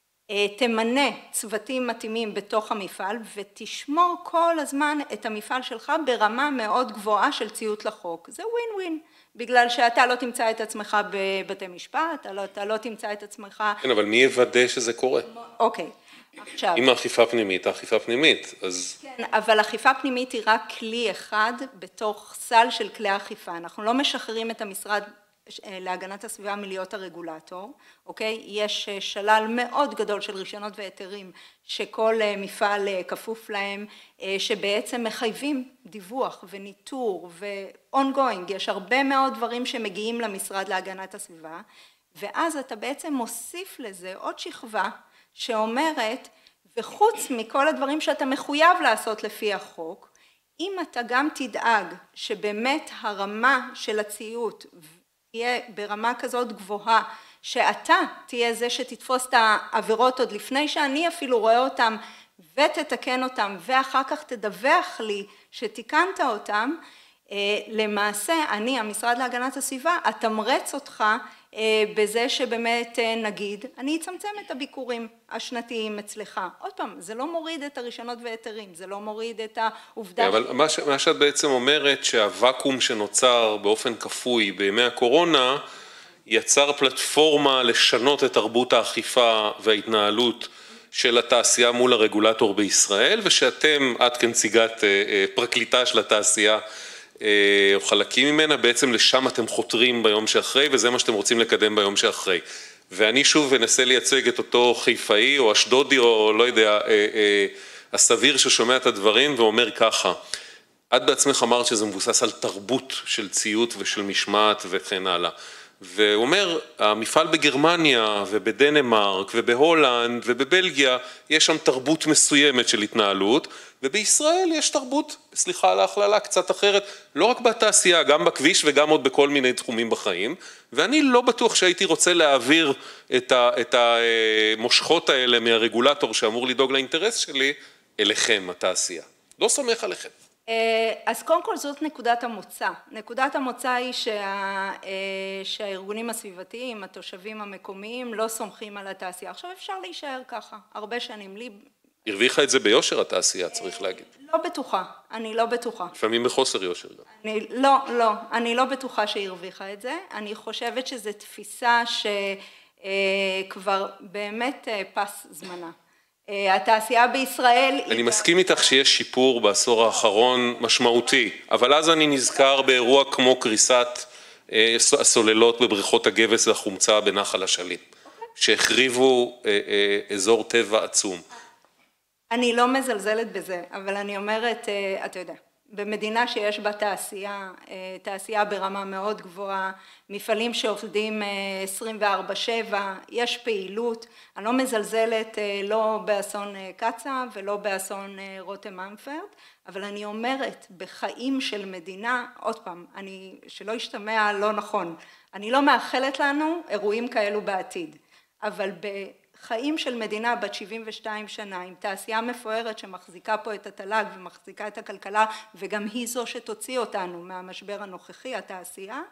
תמנה צוותים מתאימים בתוך המפעל ותשמור כל הזמן את המפעל שלך ברמה מאוד גבוהה של ציות לחוק. זה ווין ווין, בגלל שאתה לא תמצא את עצמך בבתי משפט, אתה לא תמצא את עצמך...
כן, אבל מי יוודא שזה קורה?
אוקיי. עכשיו,
אם האכיפה פנימית, האכיפה פנימית, אז...
כן, אבל אכיפה פנימית היא רק כלי אחד בתוך סל של כלי אכיפה. אנחנו לא משחררים את המשרד להגנת הסביבה מלהיות הרגולטור, אוקיי? יש שלל מאוד גדול של רישיונות והיתרים שכל מפעל כפוף להם, שבעצם מחייבים דיווח וניטור ו-ongoing. יש הרבה מאוד דברים שמגיעים למשרד להגנת הסביבה, ואז אתה בעצם מוסיף לזה עוד שכבה, שאומרת, וחוץ מכל הדברים שאתה מחויב לעשות לפי החוק, אם אתה גם תדאג שבאמת הרמה של הציות תהיה ברמה כזאת גבוהה, שאתה תהיה זה שתתפוס את העבירות עוד לפני שאני אפילו רואה אותם ותתקן אותם, ואחר כך תדווח לי שתיקנת אותם, למעשה אני, המשרד להגנת הסביבה, אתמרץ אותך בזה שבאמת נגיד, אני אצמצם את הביקורים השנתיים אצלך. עוד פעם, זה לא מוריד את הרישיונות והיתרים, זה לא מוריד את העובדה...
אבל מה שאת בעצם אומרת, שהוואקום שנוצר באופן כפוי בימי הקורונה, יצר פלטפורמה לשנות את תרבות האכיפה וההתנהלות של התעשייה מול הרגולטור בישראל, ושאתם, את כנציגת פרקליטה של התעשייה, או חלקים ממנה, בעצם לשם אתם חותרים ביום שאחרי, וזה מה שאתם רוצים לקדם ביום שאחרי. ואני שוב אנסה לייצג את אותו חיפאי או אשדודי או לא יודע, הסביר ששומע את הדברים ואומר ככה, את בעצמך אמרת שזה מבוסס על תרבות של ציות ושל משמעת וכן הלאה. והוא אומר, המפעל בגרמניה ובדנמרק ובהולנד ובבלגיה, יש שם תרבות מסוימת של התנהלות, ובישראל יש תרבות, סליחה על ההכללה, קצת אחרת, לא רק בתעשייה, גם בכביש וגם עוד בכל מיני תחומים בחיים, ואני לא בטוח שהייתי רוצה להעביר את המושכות האלה מהרגולטור שאמור לדאוג לאינטרס שלי, אליכם, התעשייה. לא סומך עליכם.
אז קודם כל זאת נקודת המוצא. נקודת המוצא היא שהארגונים הסביבתיים, התושבים המקומיים, לא סומכים על התעשייה. עכשיו אפשר להישאר ככה, הרבה שנים.
הרוויחה את זה ביושר התעשייה, צריך להגיד.
לא בטוחה, אני לא בטוחה.
לפעמים בחוסר יושר גם.
לא, אני לא בטוחה שהיא הרוויחה את זה. אני חושבת שזו תפיסה שכבר באמת פס זמנה. התעשייה בישראל...
אני מסכים איתך שיש שיפור בעשור האחרון משמעותי, אבל אז אני נזכר באירוע כמו קריסת הסוללות בבריכות הגבס והחומצה בנחל אשלים, שהחריבו אזור טבע עצום.
אני לא מזלזלת בזה, אבל אני אומרת, אתה יודע, במדינה שיש בה תעשייה ברמה מאוד גבוהה, מפעלים שעובדים 24/7, יש פעילות, אני לא מזלזלת לא באסון קצה ולא באסון רותם אמפרט, אבל אני אומרת, בחיים של מדינה, עוד פעם, שלא ישתמע לא נכון, אני לא מאחלת לנו אירועים כאלו בעתיד, אבל חיים של מדינה בת 72 שנה, עם תעשייה מפוארת שמחזיקה פה את התל"ג ומחזיקה את הכלכלה, וגם היא זו שתוציא אותנו מהמשבר הנוכחי, התעשייה.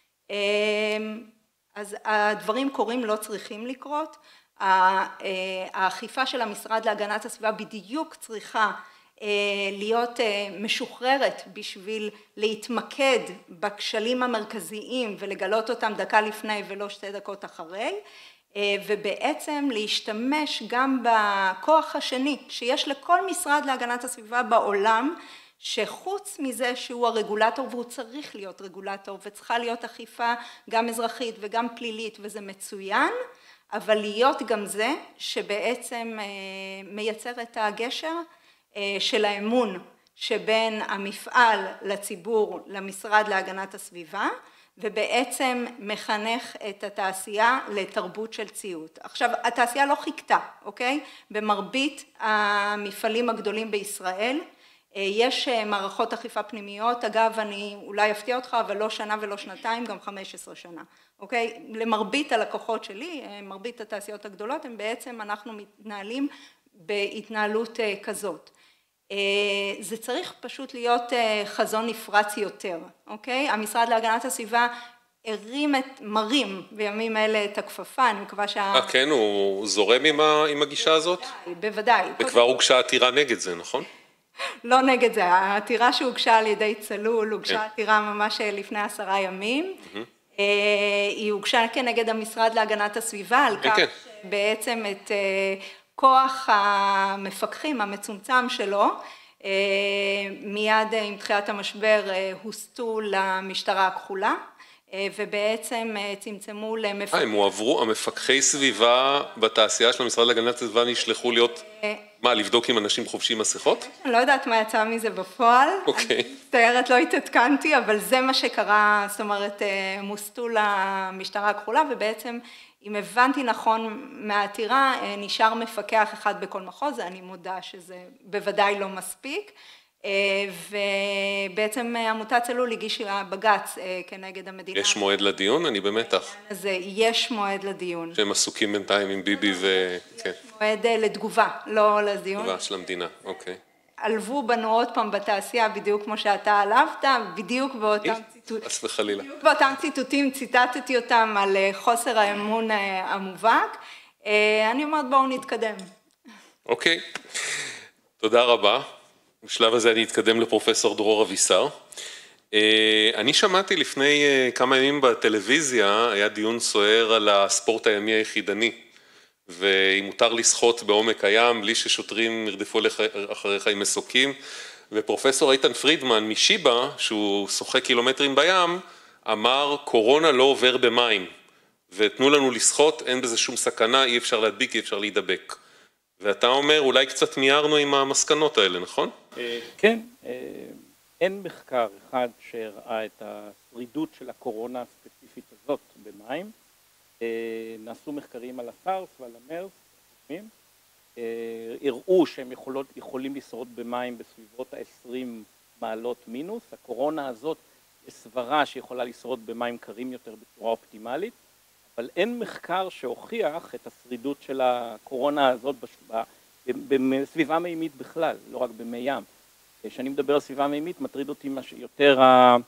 אז הדברים קורים, לא צריכים לקרות. האכיפה של המשרד להגנת הסביבה בדיוק צריכה להיות משוחררת בשביל להתמקד בכשלים המרכזיים ולגלות אותם דקה לפני ולא 2 דקות אחרי. ובעצם להשתמש גם בכוח השני שיש לכל משרד להגנת הסביבה בעולם, שחוץ מזה שהוא הרגולטור, והוא צריך להיות רגולטור, וצריכה להיות אכיפה גם אזרחית וגם פלילית, וזה מצוין, אבל להיות גם זה שבעצם מייצר את הגשר של האמון שבין המפעל לציבור, למשרד להגנת הסביבה, ובעצם מחנך את התעשייה לתרבות של ציות. עכשיו, התעשייה לא חיכתה, אוקיי? במרבית המפעלים הגדולים בישראל, יש מערכות אכיפה פנימיות, אגב, אני אולי אפתיע אותך, אבל לא שנה ולא שנתיים, גם 15 שנה, אוקיי? למרבית הלקוחות שלי, מרבית התעשיות הגדולות, הם בעצם, אנחנו מתנהלים בהתנהלות כזאת. זה צריך פשוט להיות חזון נפרץ יותר, אוקיי? המשרד להגנת הסביבה מרים בימים אלה את הכפפה, אני מקווה
כן, הוא זורם עם הגישה הזאת?
בוודאי.
וכבר הוגשה עתירה נגד זה, נכון?
לא נגד זה, העתירה שהוגשה על ידי צלול, הוגשה עתירה ממש לפני 10 ימים, היא הוגשה כנגד המשרד להגנת הסביבה, על כך שבעצם את כוח המפקחים המצומצם שלו, מיד עם תחילת המשבר הוסטו למשטרה הכחולה, ובעצם צמצמו
הם הועברו, המפקחי סביבה בתעשייה של המשרד להגנת הסביבה נשלחו להיות, לבדוק אם אנשים חובשים מסכות?
אני לא יודעת מה יצא מזה בפועל, אני מצטערת, לא התעדכנתי, אבל זה מה שקרה, זאת אומרת, הם הוסטו למשטרה הכחולה, ובעצם אם הבנתי נכון מהעתירה, נשאר מפקח אחד בכל מחוז, אני מודה שזה בוודאי לא מספיק, ובעצם עמותת צלול הגישה בג"ץ כנגד המדינה.
יש מועד לדיון? אני במתח.
אז יש מועד לדיון.
שהם עסוקים בינתיים עם ביבי ו...
יש מועד לתגובה, לא לדיון.
תגובה של המדינה, אוקיי.
עלבו בנו עוד פעם בתעשייה, בדיוק כמו שאתה עלבת, בדיוק באותם ציטוטים ציטטתי אותם על חוסר האמון המובהק. אני אומרת בואו נתקדם.
אוקיי, תודה רבה. בשלב הזה אני אתקדם לפרופסור דרור אבישר. אני שמעתי לפני כמה ימים בטלוויזיה, היה דיון סוער על הספורט הימי היחידני, ואם מותר לשחות בעומק הים, בלי ששוטרים ירדפו אחריך עם מסוקים, ופרופסור איתן פרידמן משיבה, שהוא שוחה קילומטרים בים, אמר, קורונה לא עובר במים, ותנו לנו לשחות, אין בזה שום סכנה, אי אפשר להדביק, אי אפשר להידבק. ואתה אומר, אולי קצת מיירנו עם המסקנות האלה, נכון?
כן, אין מחקר אחד שהראה את השרידות של הקורונה הספציפית הזאת במים. נעשו מחקרים על הסארס ועל המרס, הראו שהם יכולים לשרוד במים בסביבות ה-20 מעלות מינוס. הקורונה הזאת סברה שיכולה לשרוד במים קרים יותר בצורה אופטימלית, אבל אין מחקר שהוכיח את השרידות של הקורונה הזאת בסביבה מימית בכלל, לא רק במי ים. כשאני מדבר על סביבה מימית, מטריד אותי יותר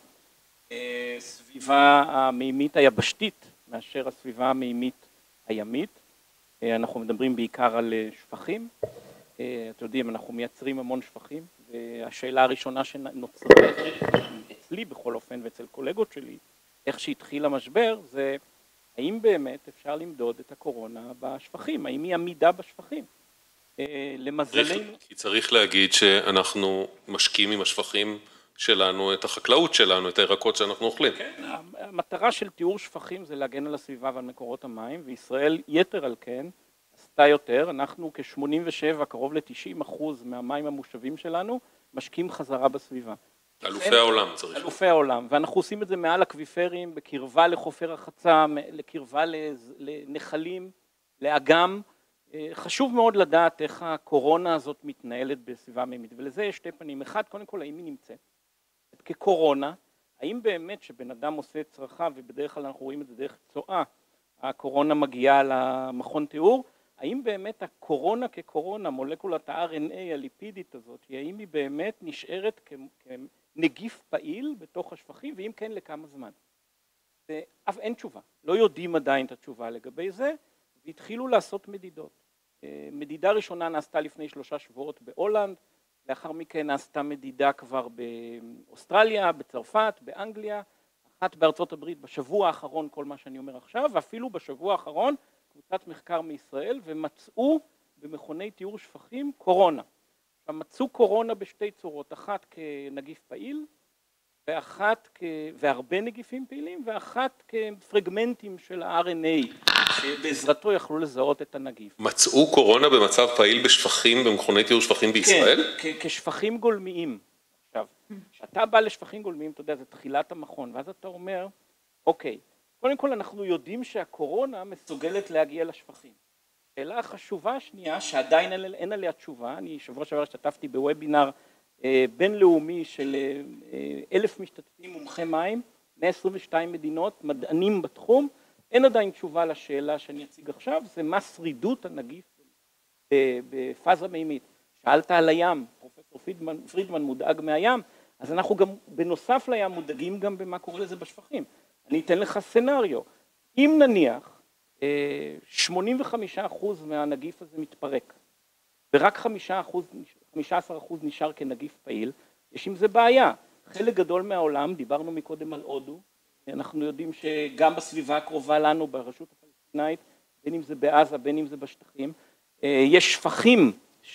הסביבה המימית היבשתית מאשר הסביבה המימית הימית. אנחנו מדברים בעיקר על שפכים. אתם יודעים, אנחנו מייצרים המון שפכים, והשאלה הראשונה שנוצרת אצלי בכל אופן ואצל קולגות שלי, איך שהתחיל המשבר, זה האם באמת אפשר למדוד את הקורונה בשפכים? האם היא עמידה בשפכים? למזלנו...
כי צריך להגיד שאנחנו משקיעים עם השפכים שלנו, את החקלאות שלנו, את הירקות שאנחנו אוכלים.
כן, המטרה של תיאור שפכים זה להגן על הסביבה ועל מקורות המים, וישראל יתר על כן עשתה יותר. אנחנו כ-87, קרוב ל-90% מהמים המושבים שלנו, משקיעים חזרה בסביבה.
אלופי העולם צריך.
אלופי העולם, ואנחנו עושים את זה מעל אקוויפרים, בקרבה לחופי רחצה, לקרבה לנחלים, לאגם. חשוב מאוד לדעת איך הקורונה הזאת מתנהלת בסביבה מימית, ולזה יש שתי פנים. אחד, קודם כל, האם היא נמצאת? כקורונה, האם באמת שבן אדם עושה את צרכיו, ובדרך כלל אנחנו רואים את זה דרך צואה, הקורונה מגיעה למכון תיאור, האם באמת הקורונה כקורונה, מולקולת ה-RNA הליפידית הזאת, האם היא באמת נשארת כנגיף פעיל בתוך השפכים, ואם כן, לכמה זמן? אף אין תשובה, לא יודעים עדיין את התשובה לגבי זה, והתחילו לעשות מדידות. מדידה ראשונה נעשתה לפני 3 שבועות בהולנד, לאחר מכן נעשתה מדידה כבר באוסטרליה, בצרפת, באנגליה, אחת בארצות הברית בשבוע האחרון, כל מה שאני אומר עכשיו, ואפילו בשבוע האחרון קבוצת מחקר מישראל, ומצאו במכוני תיאור שפכים קורונה. מצאו קורונה בשתי צורות, אחת כנגיף פעיל, והרבה נגיפים פעילים, ואחת כפרגמנטים של ה-RNA, שבעזרתו יכלו לזהות את הנגיף.
מצאו קורונה במצב פעיל בשפכים, במכוני תיאור שפכים בישראל?
כן, כשפכים גולמיים. עכשיו, כשאתה בא לשפכים גולמיים, אתה יודע, זה תחילת המכון, ואז אתה אומר, אוקיי, קודם כל אנחנו יודעים שהקורונה מסוגלת להגיע לשפכים. שאלה החשובה השנייה, שעדיין אין עליה תשובה, אני שבוע שעבר השתתפתי בוובינר בינלאומי של 1,000 משתתפים מומחי מים, 122 מדינות, מדענים בתחום, אין עדיין תשובה לשאלה שאני אציג עכשיו, זה מה שרידות הנגיף בפאזה מימית. שאלת על הים, פרופסור פרידמן מודאג מהים, אז אנחנו גם בנוסף לים מודאגים גם במה קורה לזה בשפכים. אני אתן לך סנריו, אם נניח 85% מהנגיף הזה מתפרק, ורק 15% נשאר כנגיף פעיל, יש עם זה בעיה. חלק גדול מהעולם, דיברנו מקודם על הודו, אנחנו יודעים שגם בסביבה הקרובה לנו, ברשות הפלסטינאית, בין אם זה בעזה, בין אם זה בשטחים, יש שפכים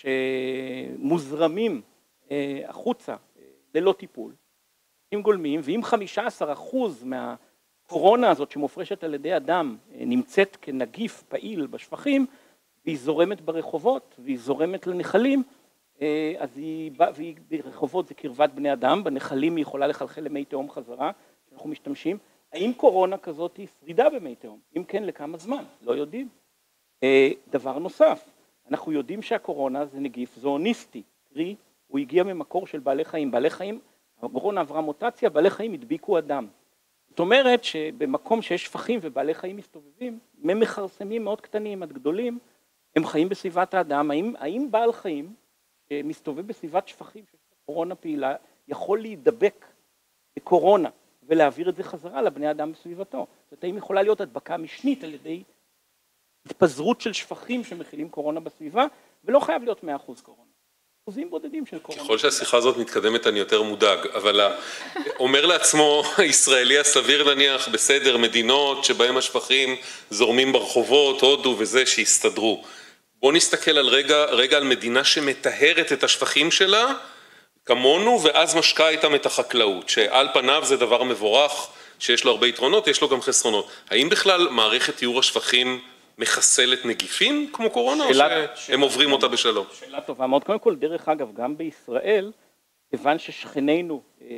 שמוזרמים החוצה ללא טיפול, שפכים גולמיים, ואם 15% מהקורונה הזאת שמופרשת על ידי אדם נמצאת כנגיף פעיל בשפכים, והיא זורמת ברחובות, והיא זורמת לנחלים, אז והיא ברחובות זה קרבת בני אדם, בנחלים היא יכולה לחלחל למי תהום חזרה, שאנחנו משתמשים. האם קורונה כזאת היא שרידה במי תהום? אם כן, לכמה זמן? לא יודעים. דבר נוסף, אנחנו יודעים שהקורונה זה נגיף זואוניסטי, קרי, הוא הגיע ממקור של בעלי חיים. בעלי חיים, הקורונה עברה מוטציה, בעלי חיים הדביקו אדם. זאת אומרת שבמקום שיש שפכים ובעלי חיים מסתובבים, ממכרסמים מאוד קטנים עד גדולים, הם חיים בסביבת האדם. האם בעל חיים מסתובב בסביבת שפכים שיש קורונה פעילה, יכול להידבק בקורונה ולהעביר את זה חזרה לבני אדם בסביבתו? זאת אומרת, האם יכולה להיות הדבקה משנית על ידי התפזרות של שפכים שמכילים קורונה בסביבה, ולא חייב להיות 100% קורונה. אחוזים בודדים של קורונה.
ככל שהשיחה הזאת מתקדמת אני יותר מודאג, אבל אומר לעצמו הישראלי הסביר נניח בסדר מדינות שבהם השפכים זורמים ברחובות, הודו וזה שיסתדרו. בוא נסתכל על רגע על מדינה שמטהרת את השפכים שלה כמונו ואז משקעה איתם את החקלאות, שעל פניו זה דבר מבורך שיש לו הרבה יתרונות, יש לו גם חסרונות. האם בכלל מערכת טיהור השפכים מחסלת נגיפים כמו קורונה, או שהם עוברים אותה בשלום?
שאלה טובה מאוד. קודם כל, דרך אגב, גם בישראל, כיוון ששכנינו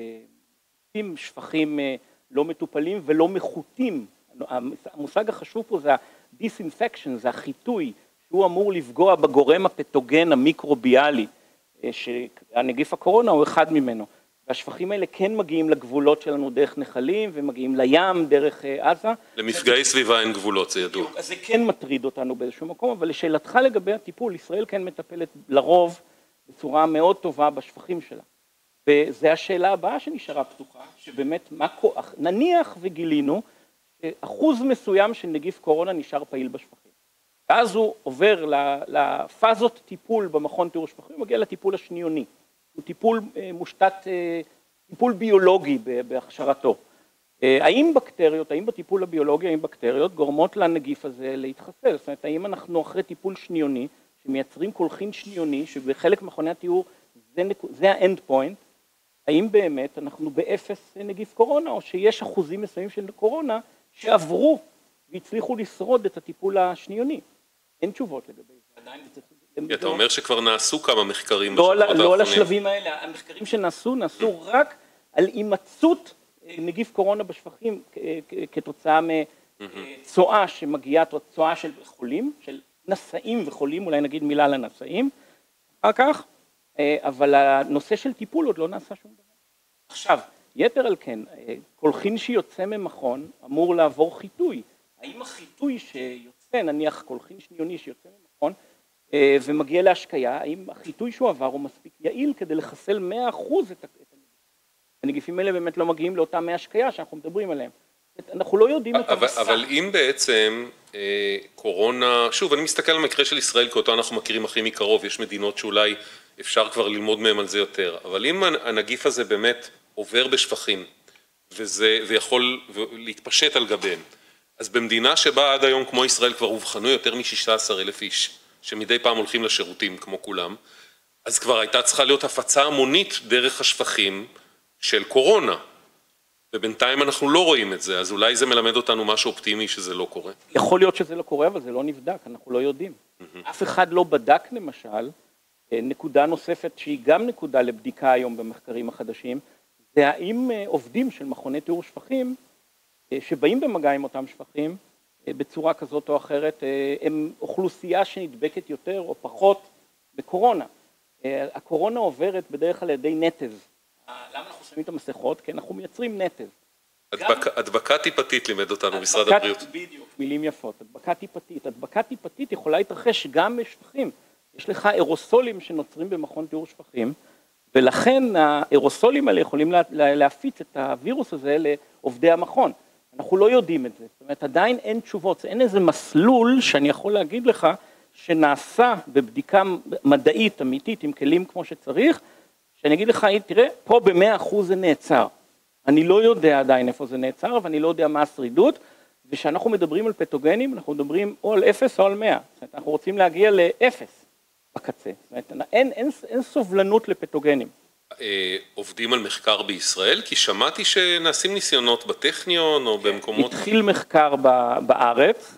עם שפכים לא מטופלים ולא מחוטים, המושג החשוב פה זה ה-disinfection, זה החיטוי, שהוא אמור לפגוע בגורם הפתוגן המיקרוביאלי, שהנגיף הקורונה הוא אחד ממנו. והשפכים האלה כן מגיעים לגבולות שלנו דרך נחלים, ומגיעים לים דרך עזה.
למפגעי סביבה אין גבולות, זה ידוע.
אז זה כן מטריד אותנו באיזשהו מקום, אבל לשאלתך לגבי הטיפול, ישראל כן מטפלת לרוב בצורה מאוד טובה בשפכים שלה. וזו השאלה הבאה שנשארה פתוחה, שבאמת נניח וגילינו שאחוז מסוים של נגיף קורונה נשאר פעיל בשפכים. ואז הוא עובר לפאזות טיפול במכון טיהור שפכים, הוא מגיע לטיפול השניוני. הוא טיפול מושתת, טיפול ביולוגי בהכשרתו. האם בטיפול הביולוגי, האם בקטריות גורמות לנגיף הזה להתחסל? זאת אומרת, האם אנחנו אחרי טיפול שניוני, שמייצרים קולחין שניוני, שבחלק מכוני הטיהור זה האנד פוינט, האם באמת אנחנו באפס נגיף קורונה, או שיש אחוזים מסוימים של קורונה שעברו והצליחו לשרוד את הטיפול השניוני? אין תשובות לגבי זה. עדיין זה צריך...
אתה אומר שכבר נעשו כמה מחקרים בשבועות האחרונים.
לא על השלבים האלה, המחקרים שנעשו רק על הימצאות נגיף קורונה בשפכים כתוצאה מצואה שמגיעה, צואה של חולים, של נשאים וחולים, אולי נגיד מילה לנשאים, אחר כך, אבל הנושא של טיפול עוד לא נעשה שום דבר. עכשיו, יתר על כן, קולחין שיוצא ממכון אמור לעבור חיטוי. האם החיטוי שיוצא, נניח קולחין שניוני שיוצא ממכון, ומגיע להשקיה, האם החיטוי שהוא עבר הוא מספיק יעיל כדי לחסל 100% את הנגיפים? הנגיפים האלה באמת לא מגיעים לאותה מי השקיה שאנחנו מדברים עליהם. אנחנו לא יודעים את המסע.
אבל אם בעצם קורונה, שוב, אני מסתכל על המקרה של ישראל, כי אותו אנחנו מכירים הכי מקרוב, יש מדינות שאולי אפשר כבר ללמוד מהם על זה יותר, אבל אם הנגיף הזה באמת עובר בשפכים, ויכול להתפשט על גביהם, אז במדינה שבה עד היום כמו ישראל כבר הובחנו יותר מ-16,000 איש, שמדי פעם הולכים לשירותים כמו כולם, אז כבר הייתה צריכה להיות הפצה המונית דרך השפכים של קורונה. ובינתיים אנחנו לא רואים את זה, אז אולי זה מלמד אותנו משהו אופטימי שזה לא קורה.
יכול להיות שזה לא קורה, אבל זה לא נבדק, אנחנו לא יודעים. אף אחד לא בדק למשל, נקודה נוספת שהיא גם נקודה לבדיקה היום במחקרים החדשים, זה האם עובדים של מכוני טיהור שפכים שבאים במגע עם אותם שפכים בצורה כזאת או אחרת, הם אוכלוסייה שנדבקת יותר או פחות בקורונה. הקורונה עוברת בדרך כלל על ידי נתז. למה אנחנו שמים את המסכות? כי אנחנו מייצרים נתז.
הדבקה טיפתית לימד אותנו משרד הבריאות.
בדיוק, מילים יפות, הדבקה טיפתית. הדבקה טיפתית יכולה להתרחש גם בשפכים. יש לך אירוסולים שנוצרים במכון טיהור שפכים, ולכן האירוסולים האלה יכולים להפיץ את הווירוס הזה לעובדי המכון. אנחנו לא יודעים את זה, זאת אומרת עדיין אין תשובות, אין איזה מסלול שאני יכול להגיד לך שנעשה בבדיקה מדעית אמיתית עם כלים כמו שצריך, שאני אגיד לך, תראה, פה ב100% זה נעצר. אני לא יודע עדיין איפה זה נעצר, ואני לא יודע מה השרידות, ושאנחנו מדברים על פתוגנים, אנחנו מדברים או על 0 או על 100. זאת אומרת, אנחנו רוצים להגיע ל0 בקצה. זאת אומרת, אין סובלנות לפתוגנים.
עובדים על מחקר בישראל? כי שמעתי שנעשים ניסיונות בטכניון או במקומות...
התחיל מחקר בארץ,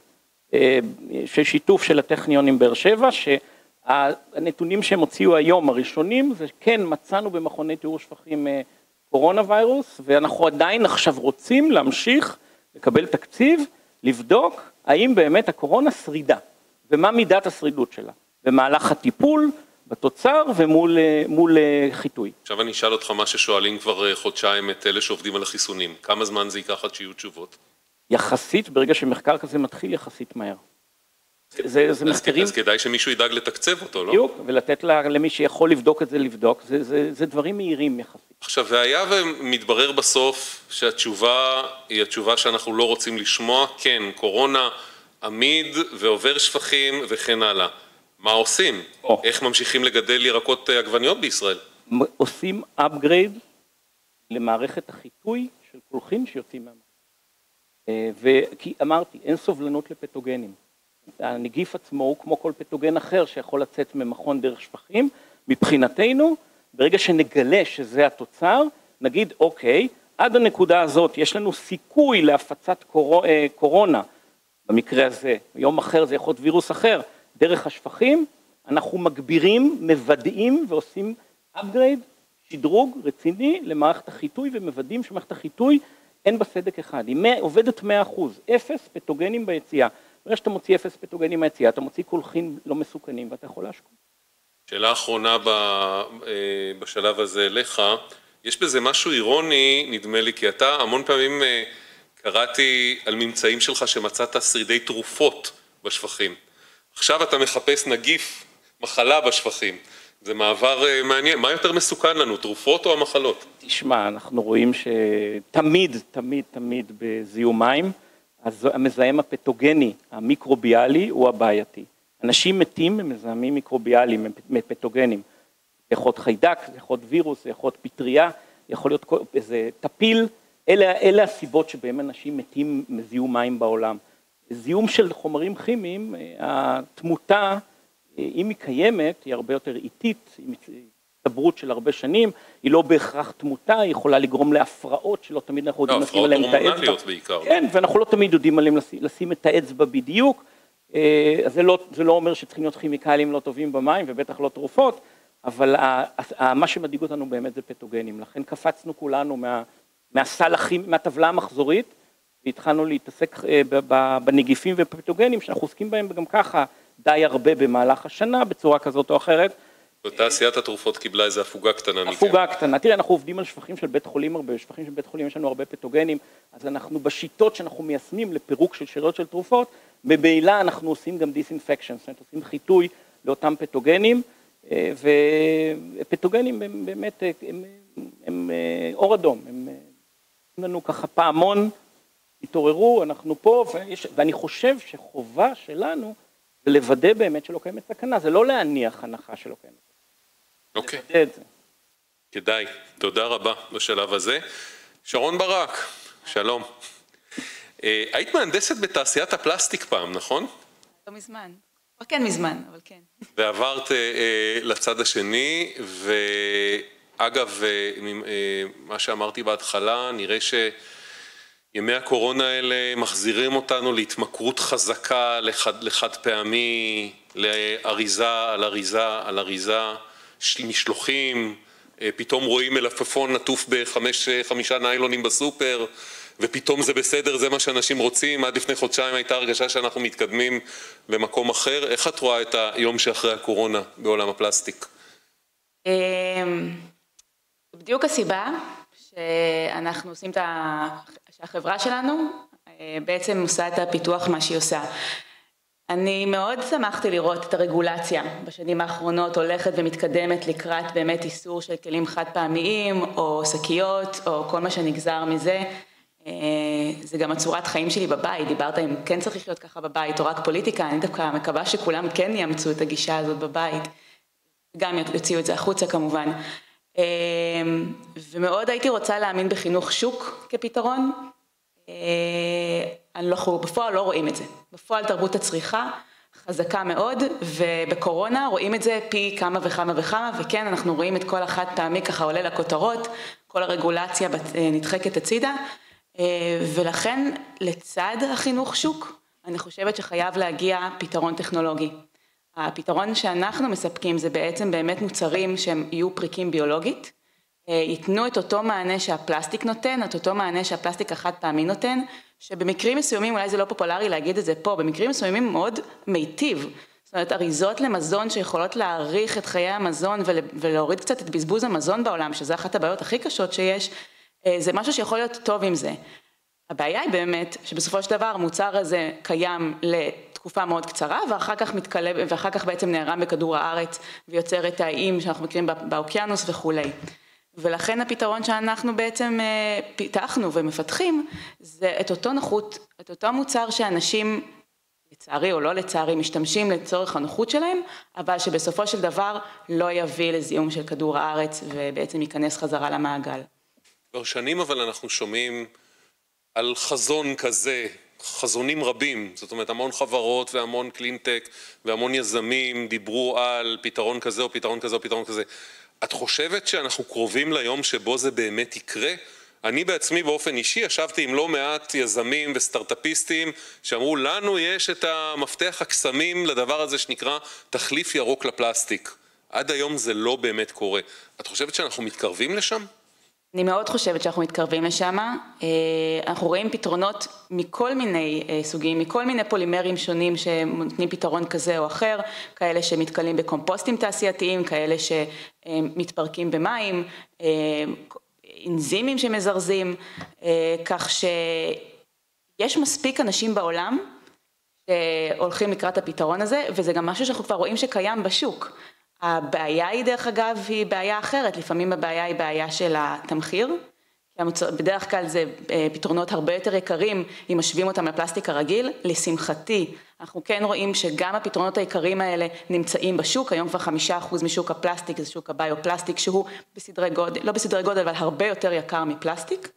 ששיתוף של הטכניון עם באר שבע, שהנתונים שהם הוציאו היום הראשונים, זה כן מצאנו במכוני טיהור שפכים קורונה ויירוס, ואנחנו עדיין עכשיו רוצים להמשיך לקבל תקציב, לבדוק האם באמת הקורונה שרידה, ומה מידת השרידות שלה, במהלך הטיפול, בתוצר ומול חיטוי.
עכשיו אני אשאל אותך מה ששואלים כבר חודשיים את אלה שעובדים על החיסונים. כמה זמן זה ייקח עד שיהיו תשובות?
יחסית, ברגע שמחקר כזה מתחיל יחסית מהר. זה מחקרים...
אז כדאי שמישהו ידאג לתקצב אותו, לא?
בדיוק, ולתת למי שיכול לבדוק את זה לבדוק, זה דברים מהירים יחסית.
עכשיו, והיה ומתברר בסוף שהתשובה היא התשובה שאנחנו לא רוצים לשמוע, כן, קורונה, עמיד ועובר שפכים וכן הלאה. מה עושים? איך ממשיכים לגדל ירקות עגבניות בישראל?
עושים upgrade למערכת החיטוי של קולחין שיוצאים מהמים. וכי אמרתי, אין סובלנות לפתוגנים. הנגיף עצמו הוא כמו כל פתוגן אחר שיכול לצאת ממכון דרך שפכים. מבחינתנו, ברגע שנגלה שזה התוצר, נגיד אוקיי, עד הנקודה הזאת יש לנו סיכוי להפצת קורונה, במקרה הזה, יום אחר זה יכול להיות וירוס אחר, דרך השפכים, אנחנו מגבירים, מוודאים ועושים upgrade, שדרוג רציני למערכת החיטוי ומוודאים שמערכת החיטוי אין בה סדק אחד, היא עובדת 100%, 0 פתוגנים ביציאה, ברגע שאתה מוציא 0 פתוגנים ביציאה, אתה מוציא קולחין לא מסוכנים ואתה יכול להשקום.
שאלה אחרונה בשלב הזה אליך, יש בזה משהו אירוני נדמה לי, כי אתה המון פעמים קראתי על ממצאים שלך שמצאת שרידי תרופות בשפכים. עכשיו אתה מחפש נגיף, מחלה בשפכים. זה מעבר מעניין. מה יותר מסוכן לנו, תרופות או המחלות?
תשמע, אנחנו רואים שתמיד בזיהום מים, אז המזהם הפתוגני, המיקרוביאלי, הוא הבעייתי. אנשים מתים ממזהמים מיקרוביאליים, מפתוגנים. זה יכול להיות חיידק, זה יכול להיות וירוס, זה יכול להיות פטריה, יכול להיות איזה טפיל. אלה הסיבות שבהם אנשים מתים מזיהום מים בעולם. זיהום של חומרים כימיים, התמותה, אם היא קיימת, היא הרבה יותר איטית, היא הצטברות של הרבה שנים, היא לא בהכרח תמותה, היא יכולה לגרום להפרעות שלא תמיד אנחנו יודעים לשים עליהם את האצבע.
הפרעות הורמונליות בעיקר.
כן, ואנחנו לא תמיד יודעים עליהם לשים את האצבע בדיוק, אז זה לא אומר שצריכים להיות כימיקלים לא טובים במים, ובטח לא תרופות, אבל מה שמדאיג אותנו באמת זה פתוגנים, לכן קפצנו כולנו מהטבלה המחזורית, והתחלנו להתעסק בנגיפים ופתוגנים, שאנחנו עוסקים בהם גם ככה די הרבה במהלך השנה, בצורה כזאת או אחרת.
ותעשיית התרופות קיבלה איזו הפוגה קטנה מכם.
הפוגה קטנה, תראה, אנחנו עובדים על שפכים של בית חולים הרבה, בשפכים של בית חולים יש לנו הרבה פתוגנים, אז אנחנו בשיטות שאנחנו מיישמים לפירוק של שאריות של תרופות, בבעילה אנחנו עושים גם דיסאינפקשן, זאת אומרת, עושים חיטוי לאותם פתוגנים, ופתוגנים הם באמת, הם אור אדום, הם לנו ככה פעמון, התעוררו, אנחנו פה, ואני חושב שחובה שלנו זה לוודא באמת שלא קיימת סכנה, זה לא להניח הנחה שלא קיימת.
אוקיי.
לוודא את זה.
כדאי, תודה רבה בשלב הזה. שרון ברק, שלום. היית מהנדסת בתעשיית הפלסטיק פעם, נכון?
לא מזמן. כן מזמן, אבל כן.
ועברת לצד השני, ואגב, מה שאמרתי בהתחלה, נראה שימי הקורונה האלה מחזירים אותנו להתמכרות חזקה, לחד פעמי, לאריזה על אריזה על אריזה, משלוחים, פתאום רואים מלפפון נטוף ב5 ניילונים בסופר, ופתאום זה בסדר, זה מה שאנשים רוצים, עד לפני חודשיים הייתה הרגשה שאנחנו מתקדמים למקום אחר. איך את רואה את היום שאחרי הקורונה בעולם הפלסטיק?
בדיוק הסיבה שאנחנו עושים שהחברה שלנו בעצם עושה את הפיתוח מה שהיא עושה. אני מאוד שמחתי לראות את הרגולציה בשנים האחרונות הולכת ומתקדמת לקראת באמת איסור של כלים חד פעמיים או שקיות או כל מה שנגזר מזה. זה גם הצורת חיים שלי בבית, דיברת אם כן צריך לחיות ככה בבית או רק פוליטיקה, אני דווקא מקווה שכולם כן יאמצו את הגישה הזאת בבית, גם יוציאו את זה החוצה כמובן. ומאוד הייתי רוצה להאמין בחינוך שוק כפתרון, אנחנו בפועל לא רואים את זה, בפועל תרבות הצריכה חזקה מאוד, ובקורונה רואים את זה פי כמה וכמה וכמה, וכן אנחנו רואים את כל החד פעמי ככה עולה לכותרות, כל הרגולציה נדחקת הצידה, ולכן לצד החינוך שוק, אני חושבת שחייב להגיע פתרון טכנולוגי. הפתרון שאנחנו מספקים זה בעצם באמת מוצרים שהם יהיו פריקים ביולוגית, ייתנו את אותו מענה שהפלסטיק נותן, את אותו מענה שהפלסטיק החד פעמי נותן, שבמקרים מסוימים, אולי זה לא פופולרי להגיד את זה פה, במקרים מסוימים מאוד מיטיב. זאת אומרת, אריזות למזון שיכולות להאריך את חיי המזון ולהוריד קצת את בזבוז המזון בעולם, שזה אחת הבעיות הכי קשות שיש, זה משהו שיכול להיות טוב עם זה. הבעיה היא באמת שבסופו של דבר המוצר הזה קיים לתקופה מאוד קצרה, ואחר כך בעצם נערם בכדור הארץ ויוצר את האיים שאנחנו מכירים באוקיינוס וכולי. ולכן הפתרון שאנחנו בעצם פיתחנו ומפתחים, זה את אותו נוחות, את אותו מוצר שאנשים, לצערי או לא לצערי, משתמשים לצורך הנוחות שלהם, אבל שבסופו של דבר לא יביא לזיהום של כדור הארץ, ובעצם ייכנס חזרה למעגל.
כבר שנים אבל אנחנו שומעים על חזון כזה, חזונים רבים, זאת אומרת המון חברות והמון קלינטק והמון יזמים דיברו על פתרון כזה או פתרון כזה או פתרון כזה. את חושבת שאנחנו קרובים ליום שבו זה באמת יקרה? אני בעצמי באופן אישי ישבתי עם לא מעט יזמים וסטארט-אפיסטים שאמרו לנו יש את המפתח הקסמים לדבר הזה שנקרא תחליף ירוק לפלסטיק. עד היום זה לא באמת קורה. את חושבת שאנחנו מתקרבים לשם?
אני מאוד חושבת שאנחנו מתקרבים לשם. אנחנו רואים פתרונות מכל מיני סוגים, מכל מיני פולימרים שונים שנותנים פתרון כזה או אחר, כאלה שמתקלים בקומפוסטים תעשייתיים, כאלה שמתפרקים במים, אנזימים שמזרזים, כך שיש מספיק אנשים בעולם שהולכים לקראת הפתרון הזה, וזה גם משהו שאנחנו כבר רואים שקיים בשוק. הבעיה היא דרך אגב היא בעיה אחרת, לפעמים הבעיה היא בעיה של התמחיר, בדרך כלל זה פתרונות הרבה יותר יקרים אם משווים אותם לפלסטיק הרגיל, לשמחתי אנחנו כן רואים שגם הפתרונות העיקריים האלה נמצאים בשוק, היום כבר 5% משוק הפלסטיק זה שוק הביופלסטיק שהוא בסדרי גודל, לא בסדרי גודל אבל הרבה יותר יקר מפלסטיק.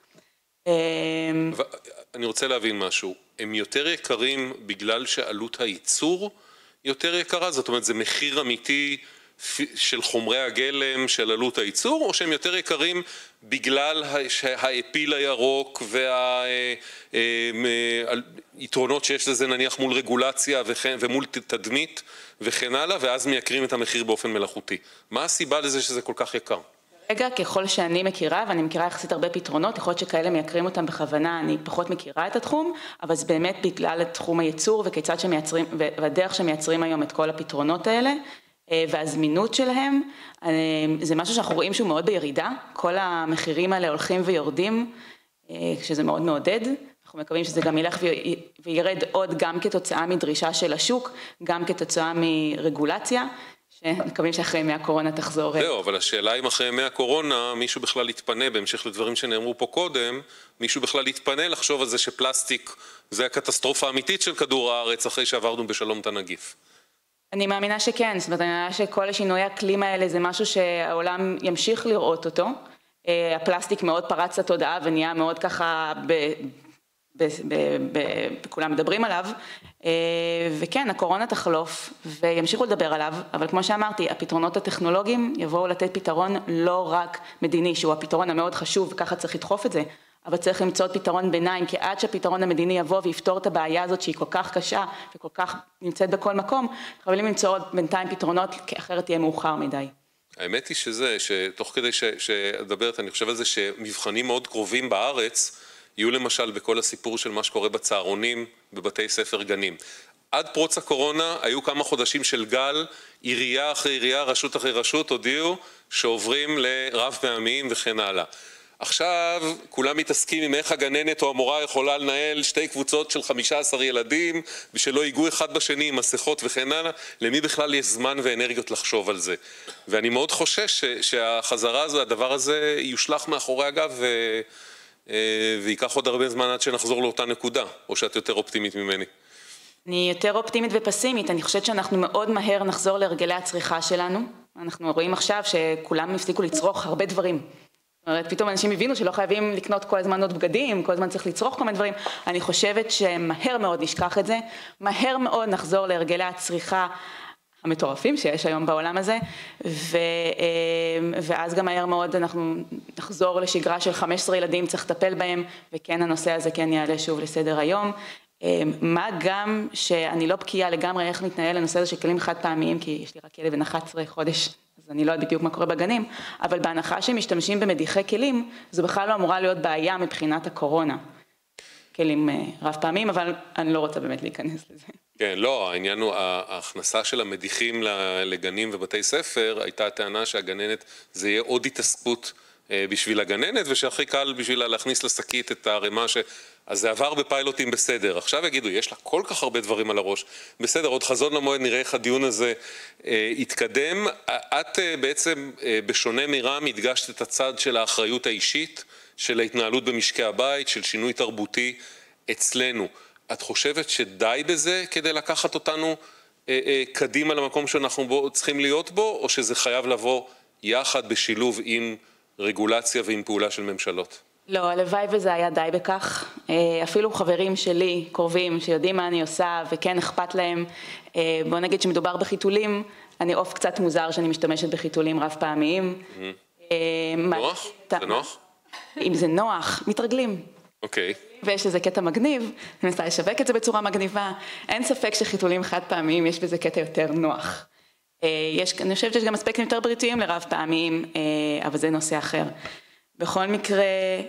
אני רוצה להבין משהו, הם יותר יקרים בגלל שעלות הייצור יותר יקרה, זאת אומרת זה מחיר אמיתי של חומרי הגלם, של עלות הייצור, או שהם יותר יקרים בגלל האפיל הירוק והיתרונות שיש לזה נניח מול רגולציה ומול תדמית וכן הלאה, ואז מייקרים את המחיר באופן מלאכותי. מה הסיבה לזה שזה כל כך יקר?
רגע, ככל שאני מכירה, ואני מכירה יחסית הרבה פתרונות, יכול להיות שכאלה מייקרים אותם בכוונה, אני פחות מכירה את התחום, אבל זה באמת בגלל תחום הייצור וכיצד שמייצרים, והדרך שמייצרים היום את כל הפתרונות האלה, והזמינות שלהם, זה משהו שאנחנו רואים שהוא מאוד בירידה, כל המחירים האלה הולכים ויורדים, שזה מאוד מעודד, אנחנו מקווים שזה גם ילך וירד עוד גם כתוצאה מדרישה של השוק, גם כתוצאה מרגולציה, שמקווים שאחרי ימי הקורונה תחזור.
זהו, אבל השאלה אם אחרי ימי הקורונה מישהו בכלל יתפנה, בהמשך לדברים שנאמרו פה קודם, מישהו בכלל יתפנה לחשוב על זה שפלסטיק זה הקטסטרופה האמיתית של כדור הארץ אחרי שעברנו בשלום את הנגיף.
אני מאמינה שכן, זאת אומרת, אני מאמינה שכל השינוי האקלים האלה זה משהו שהעולם ימשיך לראות אותו. הפלסטיק מאוד פרץ לתודעה ונהיה מאוד ככה, כולם מדברים עליו, וכן, הקורונה תחלוף וימשיכו לדבר עליו, אבל כמו שאמרתי, הפתרונות הטכנולוגיים יבואו לתת פתרון לא רק מדיני, שהוא הפתרון המאוד חשוב וככה צריך לדחוף את זה, אבל צריך למצוא פתרון ביניים, כי עד שהפתרון המדיני יבוא ויפתור את הבעיה הזאת שהיא כל כך קשה וכל כך נמצאת בכל מקום, חייבים למצוא בינתיים פתרונות, כי אחרת תהיה מאוחר מדי.
האמת היא שתוך כדי שדברת, אני חושב על זה שמבחנים מאוד קרובים בארץ, יהיו למשל בכל הסיפור של מה שקורה בצהרונים, בבתי ספר גנים. עד פרוץ הקורונה היו כמה חודשים של גל, עירייה אחרי עירייה, רשות אחרי רשות, הודיעו שעוברים לרב פעמיים וכן הלאה. עכשיו כולם מתעסקים עם איך הגננת או המורה יכולה לנהל שתי קבוצות של 15 ילדים ושלא ייגעו אחד בשני עם מסכות וכן הלאה. למי בכלל יש זמן ואנרגיות לחשוב על זה? ואני מאוד חושש שהחזרה הזו, הדבר הזה יושלח מאחורי הגב ויקח עוד הרבה זמן עד שנחזור לאותה נקודה, או שאת יותר אופטימית ממני.
אני יותר אופטימית ופסימית, אני חושבת שאנחנו מאוד מהר נחזור להרגלי הצריכה שלנו. אנחנו רואים עכשיו שכולם הפסיקו לצרוך הרבה דברים. זאת אומרת, פתאום אנשים הבינו שלא חייבים לקנות כל הזמן עוד בגדים, כל הזמן צריך לצרוך כל מיני דברים. אני חושבת שמהר מאוד נשכח את זה, מהר מאוד נחזור להרגלי הצריכה המטורפים שיש היום בעולם הזה, ואז גם מהר מאוד אנחנו נחזור לשגרה של 15 ילדים, צריך לטפל בהם, וכן הנושא הזה כן יעלה שוב לסדר היום. מה גם שאני לא בקיאה לגמרי איך מתנהל הנושא הזה של כלים חד פעמיים, כי יש לי רק ילד בן 11 חודש, אז אני לא יודעת בדיוק מה קורה בגנים, אבל בהנחה שהם משתמשים במדיחי כלים, זו בכלל לא אמורה להיות בעיה מבחינת הקורונה. כלים רב פעמים, אבל אני לא רוצה באמת להיכנס לזה.
כן, לא, העניין הוא, ההכנסה של המדיחים לגנים ובתי ספר, הייתה הטענה שהגננת, זה יהיה עוד התעסקות בשביל הגננת, ושהכי קל בשביל להכניס לשקית את הרמה אז זה עבר בפיילוטים בסדר. עכשיו יגידו, יש לה כל כך הרבה דברים על הראש. בסדר, עוד חזון למועד, נראה איך הדיון הזה יתקדם. את בעצם, בשונה מרם, הדגשת את הצד של האחריות האישית, של ההתנהלות במשקי הבית, של שינוי תרבותי אצלנו. את חושבת שדי בזה כדי לקחת אותנו קדימה למקום שאנחנו צריכים להיות בו, או שזה חייב לבוא יחד בשילוב עם רגולציה ועם פעולה של ממשלות?
לא, הלוואי וזה היה די בכך. אפילו חברים שלי, קרובים, שיודעים מה אני עושה וכן אכפת להם. בוא נגיד שמדובר בחיתולים, אני עוף קצת מוזר שאני משתמשת בחיתולים רב פעמיים.
נוח? זה נוח?
אם זה נוח, מתרגלים.
אוקיי.
ויש לזה קטע מגניב, אני מנסה לשווק את זה בצורה מגניבה. אין ספק שחיתולים חד פעמיים יש בזה קטע יותר נוח. אני חושבת שיש גם אספקטים יותר בריאותיים לרב פעמיים, אבל זה נושא אחר. בכל מקרה,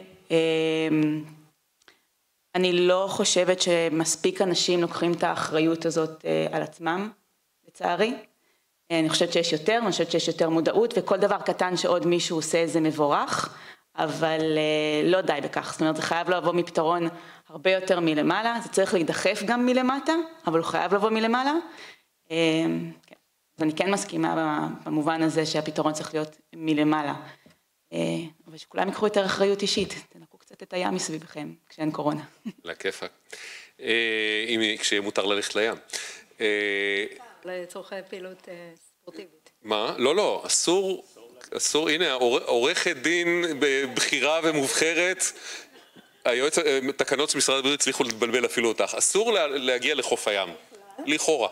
אני לא חושבת שמספיק אנשים לוקחים את האחריות הזאת על עצמם, לצערי. אני חושבת שיש יותר, אני חושבת שיש יותר מודעות, וכל דבר קטן שעוד מישהו עושה זה מבורך, אבל לא די בכך. זאת אומרת, זה חייב לבוא מפתרון הרבה יותר מלמעלה, זה צריך להידחף גם מלמטה, אבל הוא חייב לבוא מלמעלה. אז אני כן מסכימה במובן הזה שהפתרון צריך להיות מלמעלה. אבל שכולם יקחו יותר אחריות אישית, תנקו קצת את הים מסביבכם, כשאין קורונה.
לכיפק. כשיהיה מותר ללכת לים.
לצורכי פעילות ספורטיבית.
מה? לא, אסור, הנה, עורכת דין בבחירה ומובחרת, תקנות של משרד הבריאות הצליחו להתבלבל אפילו אותך, אסור להגיע לחוף הים, לכאורה.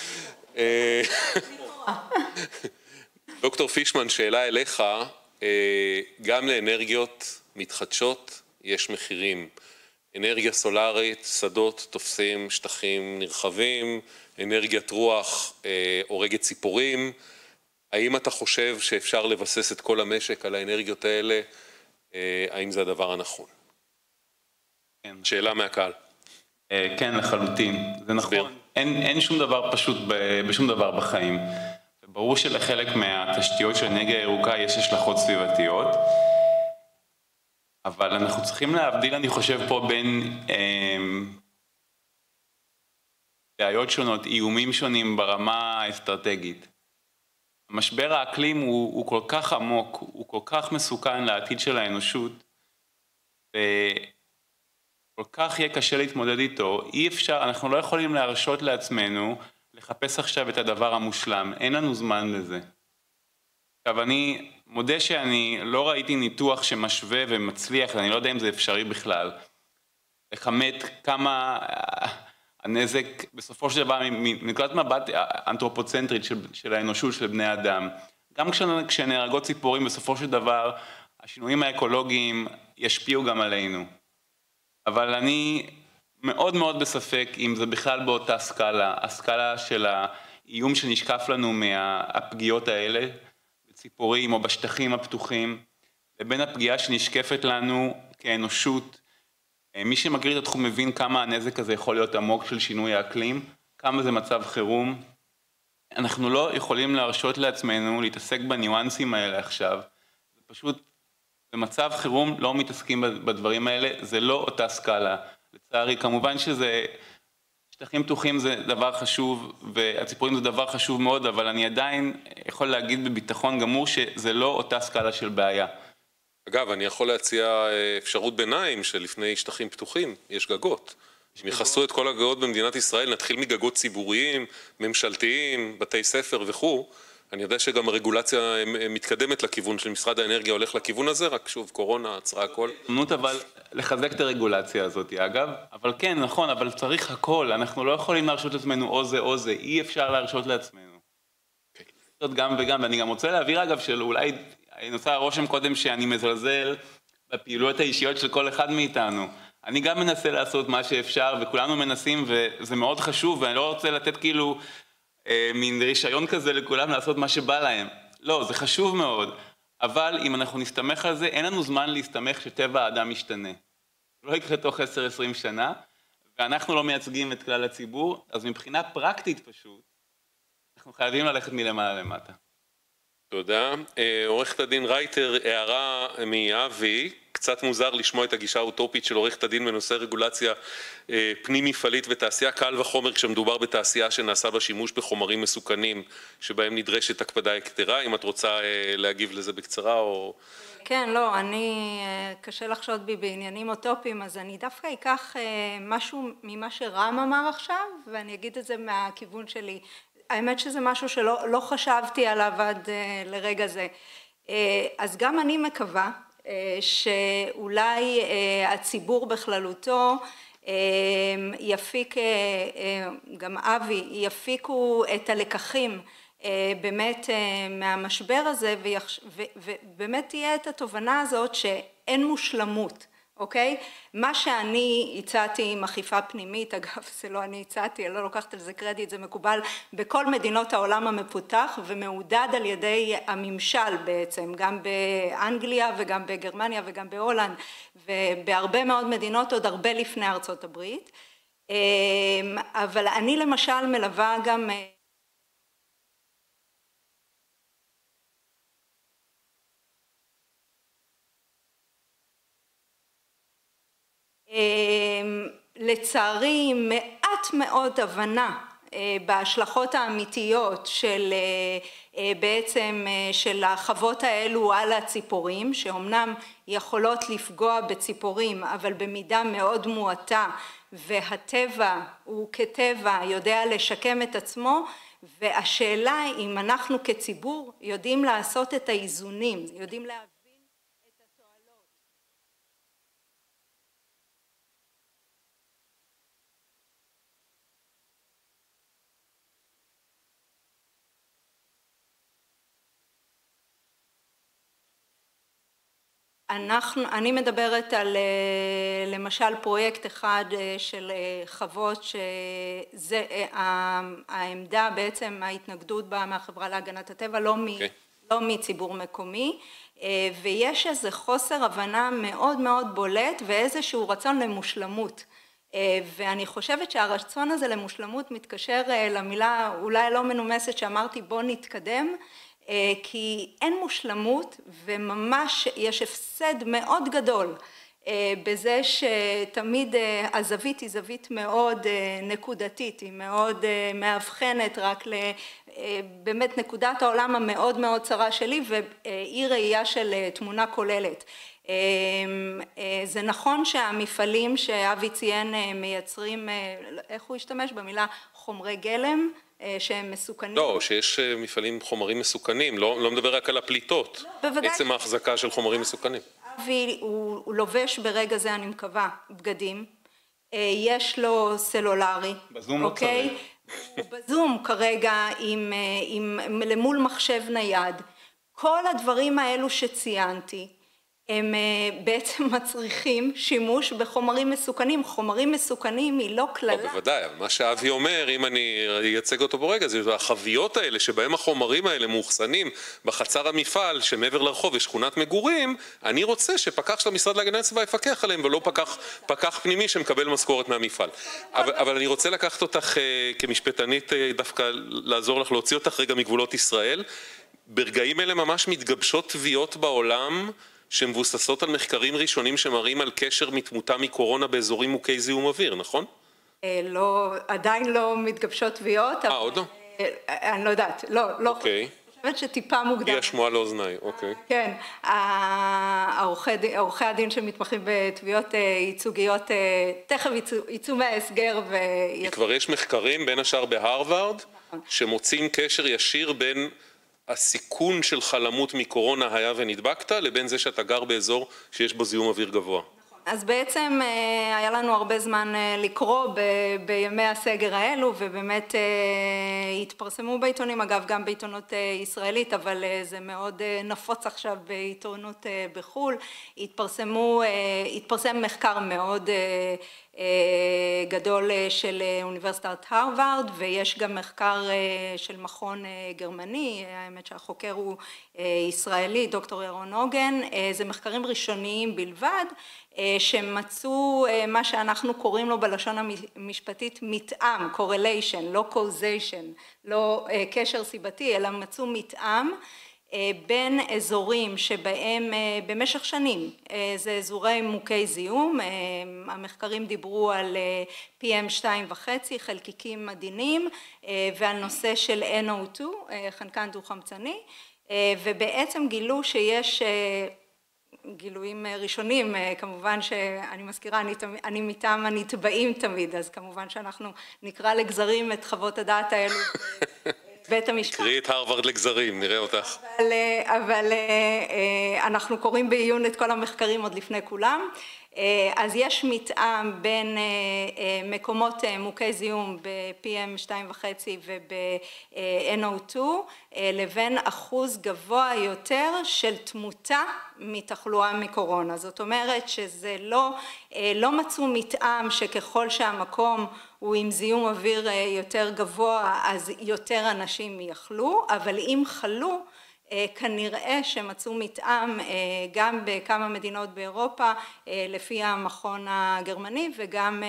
דוקטור פישמן, שאלה אליך, גם לאנרגיות מתחדשות יש מחירים. אנרגיה סולארית, שדות תופסים שטחים נרחבים, אנרגיית רוח הורגת ציפורים. האם אתה חושב שאפשר לבסס את כל המשק על האנרגיות האלה? האם זה הדבר הנכון?
כן.
שאלה מהקהל.
כן, לחלוטין. זה נכון. אין שום דבר פשוט בשום דבר בחיים. ברור שלחלק מהתשתיות של אנרגיה ירוקה יש השלכות סביבתיות, אבל אנחנו צריכים להבדיל, אני חושב, פה בין בעיות שונות, איומים שונים ברמה האסטרטגית. המשבר האקלים הוא כל כך עמוק, הוא כל כך מסוכן לעתיד של האנושות, וכל כך יהיה קשה להתמודד איתו. אי אפשר, אנחנו לא יכולים להרשות לעצמנו לחפש עכשיו את הדבר המושלם, אין לנו זמן לזה. עכשיו, אני מודה שאני לא ראיתי ניתוח שמשווה ומצליח, אני לא יודע אם זה אפשרי בכלל, לכמת כמה הנזק בסופו של דבר מנקודת מבט אנתרופוצנטרית של האנושות, של בני אדם. גם כשנהרגות ציפורים בסופו של דבר, השינויים האקולוגיים ישפיעו גם עלינו. אבל אני מאוד מאוד בספק אם זה בכלל באותה סקאלה, הסקאלה של האיום שנשקף לנו מהפגיעות האלה, בציפורים או בשטחים הפתוחים, לבין הפגיעה שנשקפת לנו כאנושות מי שמכיר את התחום מבין כמה הנזק הזה יכול להיות עמוק של שינוי האקלים, כמה זה מצב חירום. אנחנו לא יכולים להרשות לעצמנו להתעסק בניואנסים האלה עכשיו. זה פשוט, במצב חירום לא מתעסקים בדברים האלה, זה לא אותה סקאלה. לצערי, כמובן שזה, שטחים פתוחים זה דבר חשוב, והציפורים זה דבר חשוב מאוד, אבל אני עדיין יכול להגיד בביטחון גמור שזה לא אותה סקאלה של בעיה.
אגב, אני יכול להציע אפשרות ביניים שלפני שטחים פתוחים, יש גגות. אם יחסו את כל הגגות במדינת ישראל, נתחיל מגגות ציבוריים, ממשלתיים, בתי ספר וכו'. אני יודע שגם הרגולציה מתקדמת לכיוון של משרד האנרגיה, הולך לכיוון הזה, רק שוב, קורונה עצרה הכל.
אבל לחזק את הרגולציה הזאת, אגב. אבל כן, נכון, אבל צריך הכל. אנחנו לא יכולים להרשות לעצמנו או זה, אי אפשר להרשות לעצמנו. זאת גם וגם, ואני גם רוצה להעביר, אגב, שאולי נוצר הרושם קודם שאני מזלזל בפעילויות האישיות של כל אחד מאיתנו. אני גם מנסה לעשות מה שאפשר, וכולנו מנסים, וזה מאוד חשוב, ואני לא רוצה לתת כאילו מין רישיון כזה לכולם לעשות מה שבא להם. לא, זה חשוב מאוד. אבל אם אנחנו נסתמך על זה, אין לנו זמן להסתמך שטבע האדם משתנה. לא יקרה תוך 10-20 שנה, ואנחנו לא מייצגים את כלל הציבור, אז מבחינה פרקטית פשוט, אנחנו חייבים ללכת מלמעלה למטה.
תודה. עורכת הדין רייטר, הערה מאבי, קצת מוזר לשמוע את הגישה האוטופית של עורכת הדין בנושא רגולציה פנים מפעלית ותעשייה, קל וחומר כשמדובר בתעשייה שנעשה בשימוש בחומרים מסוכנים שבהם נדרשת הקפדה יקטרה. אם את רוצה להגיב לזה בקצרה או...
כן, לא, אני, קשה לחשוד בי בעניינים אוטופיים, אז אני דווקא אקח משהו ממה שרם אמר עכשיו, ואני אגיד את זה מהכיוון שלי. האמת שזה משהו שלא חשבתי עליו עד לרגע זה. אז גם אני מקווה שאולי הציבור בכללותו יפיק, גם אבי, יפיקו את הלקחים באמת מהמשבר הזה, ובאמת תהיה את התובנה הזאת שאין מושלמות. אוקיי? מה שאני הצעתי עם אכיפה פנימית, אגב זה לא אני הצעתי, אני לא לוקחת על זה קרדיט, זה מקובל בכל מדינות העולם המפותח ומעודד על ידי הממשל בעצם, גם באנגליה וגם בגרמניה וגם בהולנד ובהרבה מאוד מדינות עוד הרבה לפני ארצות הברית. אבל אני למשל מלווה גם לצערי מעט מאוד הבנה בהשלכות האמיתיות של בעצם של החוות האלו על הציפורים, שאומנם יכולות לפגוע בציפורים אבל במידה מאוד מועטה, והטבע הוא כטבע יודע לשקם את עצמו, והשאלה אם אנחנו כציבור יודעים לעשות את האיזונים, יודעים להבין את התועלות. אני מדברת על למשל פרויקט אחד של חוות שזה העמדה בעצם ההתנגדות בה מהחברה להגנת הטבע לא מציבור מקומי, ויש איזה חוסר הבנה מאוד מאוד בולט ואיזשהו רצון למושלמות, ואני חושבת שהרצון הזה למושלמות מתקשר למילה אולי לא מנומסת שאמרתי בוא נתקדם, כי אין מושלמות וממש יש הפסד מאוד גדול בזה שתמיד הזווית היא זווית מאוד נקודתית, היא מאוד מאבחנת רק באמת נקודת העולם המאוד מאוד צרה שלי ואי ראייה של תמונה כוללת. זה נכון שהמפעלים שאבי ציין מייצרים, איך הוא השתמש במילה חומרי גלם, שהם מסוכנים.
לא, שיש מפעלים חומרים מסוכנים, לא מדבר רק על הפליטות, עצם ההחזקה של חומרים מסוכנים.
אבי הוא לובש ברגע זה, אני מקווה, בגדים, יש לו סלולרי,
בזום לא צריך.
הוא בזום כרגע למול מחשב נייד, כל הדברים האלו שציינתי, הם בעצם מצריכים שימוש בחומרים מסוכנים. חומרים מסוכנים היא לא כללה.
בוודאי, אבל מה שאבי אומר, אם אני אייצג אותו ברגע, זה החביות האלה שבהם החומרים האלה מאוחסנים בחצר המפעל, שמעבר לרחוב יש שכונת מגורים, אני רוצה שפקח של המשרד להגנת הסביבה יפקח עליהם, ולא פקח פנימי שמקבל משכורת מהמפעל. אבל אני רוצה לקחת אותך כמשפטנית, דווקא לעזור לך להוציא אותך רגע מגבולות ישראל. ברגעים אלה ממש מתגבשות תביעות בעולם, שמבוססות על מחקרים ראשונים שמראים על קשר מתמותה מקורונה באזורים מוכי זיהום אוויר, נכון?
לא, עדיין לא מתגבשות תביעות.
עוד לא?
אני לא יודעת, לא.
אוקיי.
אני חושבת שטיפה מוקדם.
היא השמועה לאוזניי, אוקיי.
כן, עורכי הדין שמתמחים בתביעות ייצוגיות, תכף יצאו מההסגר
כי כבר יש מחקרים, בין השאר בהרווארד, שמוצאים קשר ישיר בין הסיכון של חלמות מקורונה היה ונדבקת, לבין זה שאתה גר באזור שיש בו זיהום אוויר גבוה.
אז בעצם היה לנו הרבה זמן לקרוא בימי הסגר האלו, ובאמת התפרסמו בעיתונים, אגב גם בעיתונות ישראלית, אבל זה מאוד נפוץ עכשיו בעיתונות בחו"ל. התפרסם מחקר מאוד גדול של אוניברסיטת הרווארד, ויש גם מחקר של מכון גרמני, האמת שהחוקר הוא ישראלי, דוקטור ירון עוגן. זה מחקרים ראשוניים בלבד, שמצאו מה שאנחנו קוראים לו בלשון המשפטית מתאם, correlation, לא causation, לא קשר סיבתי, אלא מצאו מתאם בין אזורים שבהם במשך שנים, זה אזורי מוכי זיהום, המחקרים דיברו על PM2.5, חלקיקים עדינים, ועל נושא של NO2, חנקן דו-חמצני, ובעצם גילו שיש גילויים ראשונים, כמובן שאני מזכירה, אני מטעם הנתבעים תמיד, אז כמובן שאנחנו נקרא לגזרים את חוות הדעת האלו בית המשפט.
קראי את הרווארד לגזרים, נראה אותך.
אבל אנחנו קוראים בעיון את כל המחקרים עוד לפני כולם. אז יש מתאם בין מקומות מוכי זיהום ב-PM2.5 וב-NO2 לבין אחוז גבוה יותר של תמותה מתחלואה מקורונה. זאת אומרת שזה לא מצאו מתאם שככל שהמקום הוא עם זיהום אוויר יותר גבוה אז יותר אנשים יחלו, אבל אם חלו כנראה שמצאו מתאם גם בכמה מדינות באירופה לפי המכון הגרמני וגם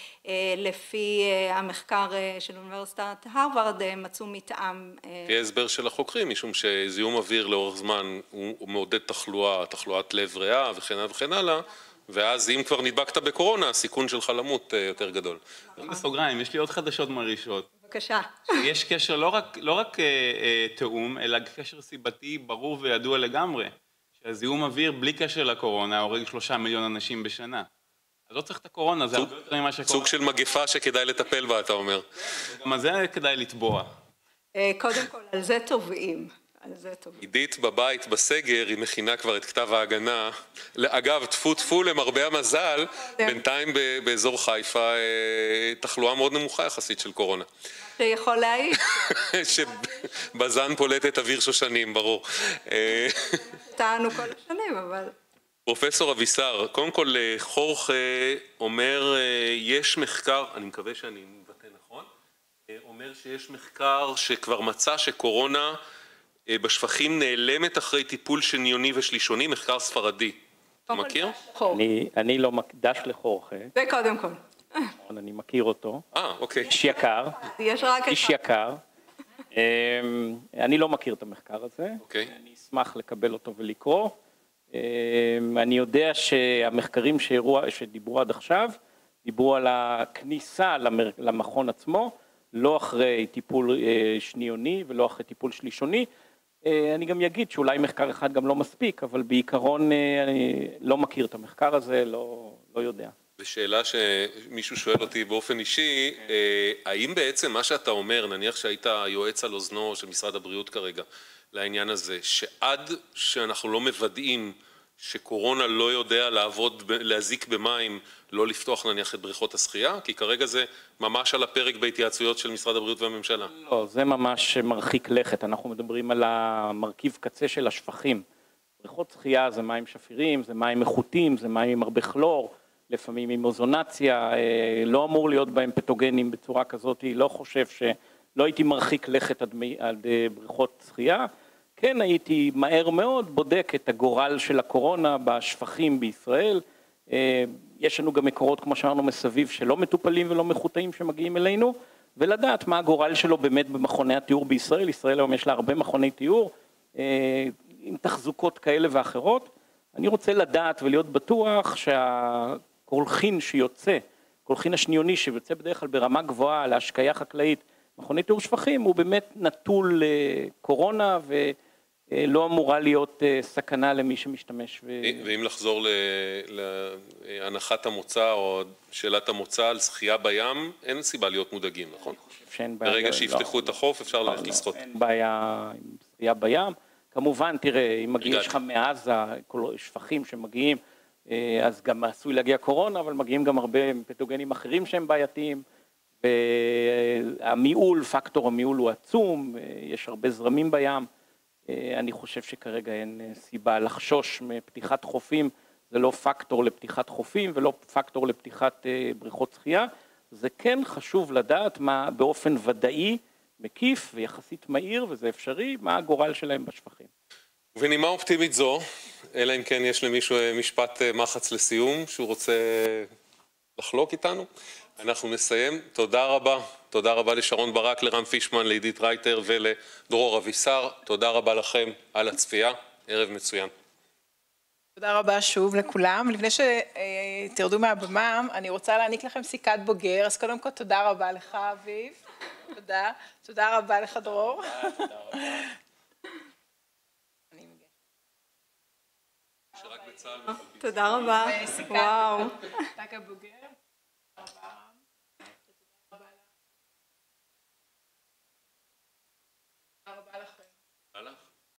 לפי המחקר של אוניברסיטת הרווארד מצאו מתאם.
לפי ההסבר של החוקרים, משום שזיהום אוויר לאורך זמן הוא מעודד תחלואת לב ריאה וכן הלאה, ואז אם כבר נדבקת בקורונה, הסיכון שלך למות יותר גדול.
בסוגריים, יש לי עוד חדשות מרעישות.
בבקשה.
יש קשר לא רק תאום, אלא קשר סיבתי ברור וידוע לגמרי, שהזיהום אוויר בלי קשר לקורונה הורג 3 מיליון אנשים בשנה. אז לא צריך את הקורונה, זה הרבה יותר ממה שקורה.
סוג של מגפה שכדאי לטפל בה, אתה אומר.
גם על זה כדאי לתבוע.
קודם כל, על זה תובעים.
עידית בבית בסגר, היא מכינה כבר את כתב ההגנה. אגב, טפו למרבה המזל, בינתיים באזור חיפה תחלואה מאוד נמוכה יחסית של קורונה.
שיכול להעיד.
שבזן פולטת אוויר שושנים, ברור.
טענו כל השנים, אבל...
פרופסור אבישר, קודם כל חורכה אומר, יש מחקר, אני מקווה שאני מבטא נכון, אומר שיש מחקר שכבר מצא שקורונה בשפכים נעלמת אחרי טיפול שניוני ושלישוני, מחקר ספרדי. אתה מכיר?
אני לא מקדש לחורכה.
זה קודם כל.
אני מכיר אותו.
אוקיי.
איש יקר.
יש רק
איש יקר. אני לא מכיר את המחקר הזה.
אוקיי.
אני אשמח לקבל אותו ולקרוא. אני יודע שהמחקרים שדיברו עד עכשיו, דיברו על הכניסה למכון עצמו, לא אחרי טיפול שניוני ולא אחרי טיפול שלישוני. אני גם אגיד שאולי מחקר אחד גם לא מספיק, אבל בעיקרון אני לא מכיר את המחקר הזה, לא יודע.
ושאלה שמישהו שואל אותי באופן אישי, האם בעצם מה שאתה אומר, נניח שהיית יועץ על אוזנו של משרד הבריאות כרגע, לעניין הזה, שעד שאנחנו לא מוודאים שקורונה לא יודע להזיק במים, לא לפתוח נניח את בריכות השחייה, כי כרגע זה ממש על הפרק בהתייעצויות של משרד הבריאות והממשלה.
לא, זה ממש מרחיק לכת, אנחנו מדברים על המרכיב קצה של השפכים. זאת בריכות שחייה זה מים שפירים, זה מים איכותיים, זה מים עם הרבה כלור, לפעמים עם אוזונציה, לא אמור להיות בהם פתוגנים בצורה כזאת, לא חושב שלא הייתי מרחיק לכת עד בריכות שחייה, כן הייתי מהר מאוד בודק את הגורל של הקורונה בשפכים בישראל, יש לנו גם מקורות כמו שאמרנו מסביב שלא מטופלים ולא מחוטאים שמגיעים אלינו, ולדעת מה הגורל שלו באמת במכוני התיאור בישראל, ישראל היום יש לה הרבה מכוני תיאור, עם תחזוקות כאלה ואחרות, אני רוצה לדעת ולהיות בטוח שהקולחין שיוצא, קולחין השניוני שיוצא בדרך כלל ברמה גבוהה להשקיה חקלאית, מכוני תיאור שפכים הוא באמת נטול קורונה ולא אמורה להיות סכנה למי שמשתמש.
ואם לחזור להנחת המוצא או שאלת המוצא על שחייה בים, אין סיבה להיות מודאגים, נכון? ברגע שיפתחו את החוף אפשר ללכת לשחות.
אין בעיה עם שחייה בים. כמובן, תראה, אם מגיעים לך מעזה, שפכים שמגיעים, אז גם עשוי להגיע קורונה, אבל מגיעים גם הרבה פתוגנים אחרים שהם בעייתיים, והמיעול, פקטור המיעול הוא עצום, יש הרבה זרמים בים, אני חושב שכרגע אין סיבה לחשוש מפתיחת חופים, זה לא פקטור לפתיחת חופים ולא פקטור לפתיחת בריכות שחייה, זה כן חשוב לדעת מה באופן ודאי, מקיף ויחסית מהיר, וזה אפשרי, מה הגורל שלהם בשפכים.
ובנימה אופטימית זו, אלא אם כן יש למישהו משפט מחץ לסיום, שהוא רוצה לחלוק איתנו, אנחנו נסיים. תודה רבה לשרון ברק, לרם פישמן, לעידית רייטר ולדרור אבישר, תודה רבה לכם על הצפייה, ערב מצוין.
תודה רבה שוב לכולם. לפני שתרדו מהבמה, אני רוצה להעניק לכם סיכת בוגר, אז קודם כל תודה רבה לך אביב. תודה. תודה רבה לך דרור.
תודה רבה.
תודה רבה. וואו.
סיכת בוגר. תודה רבה לכם.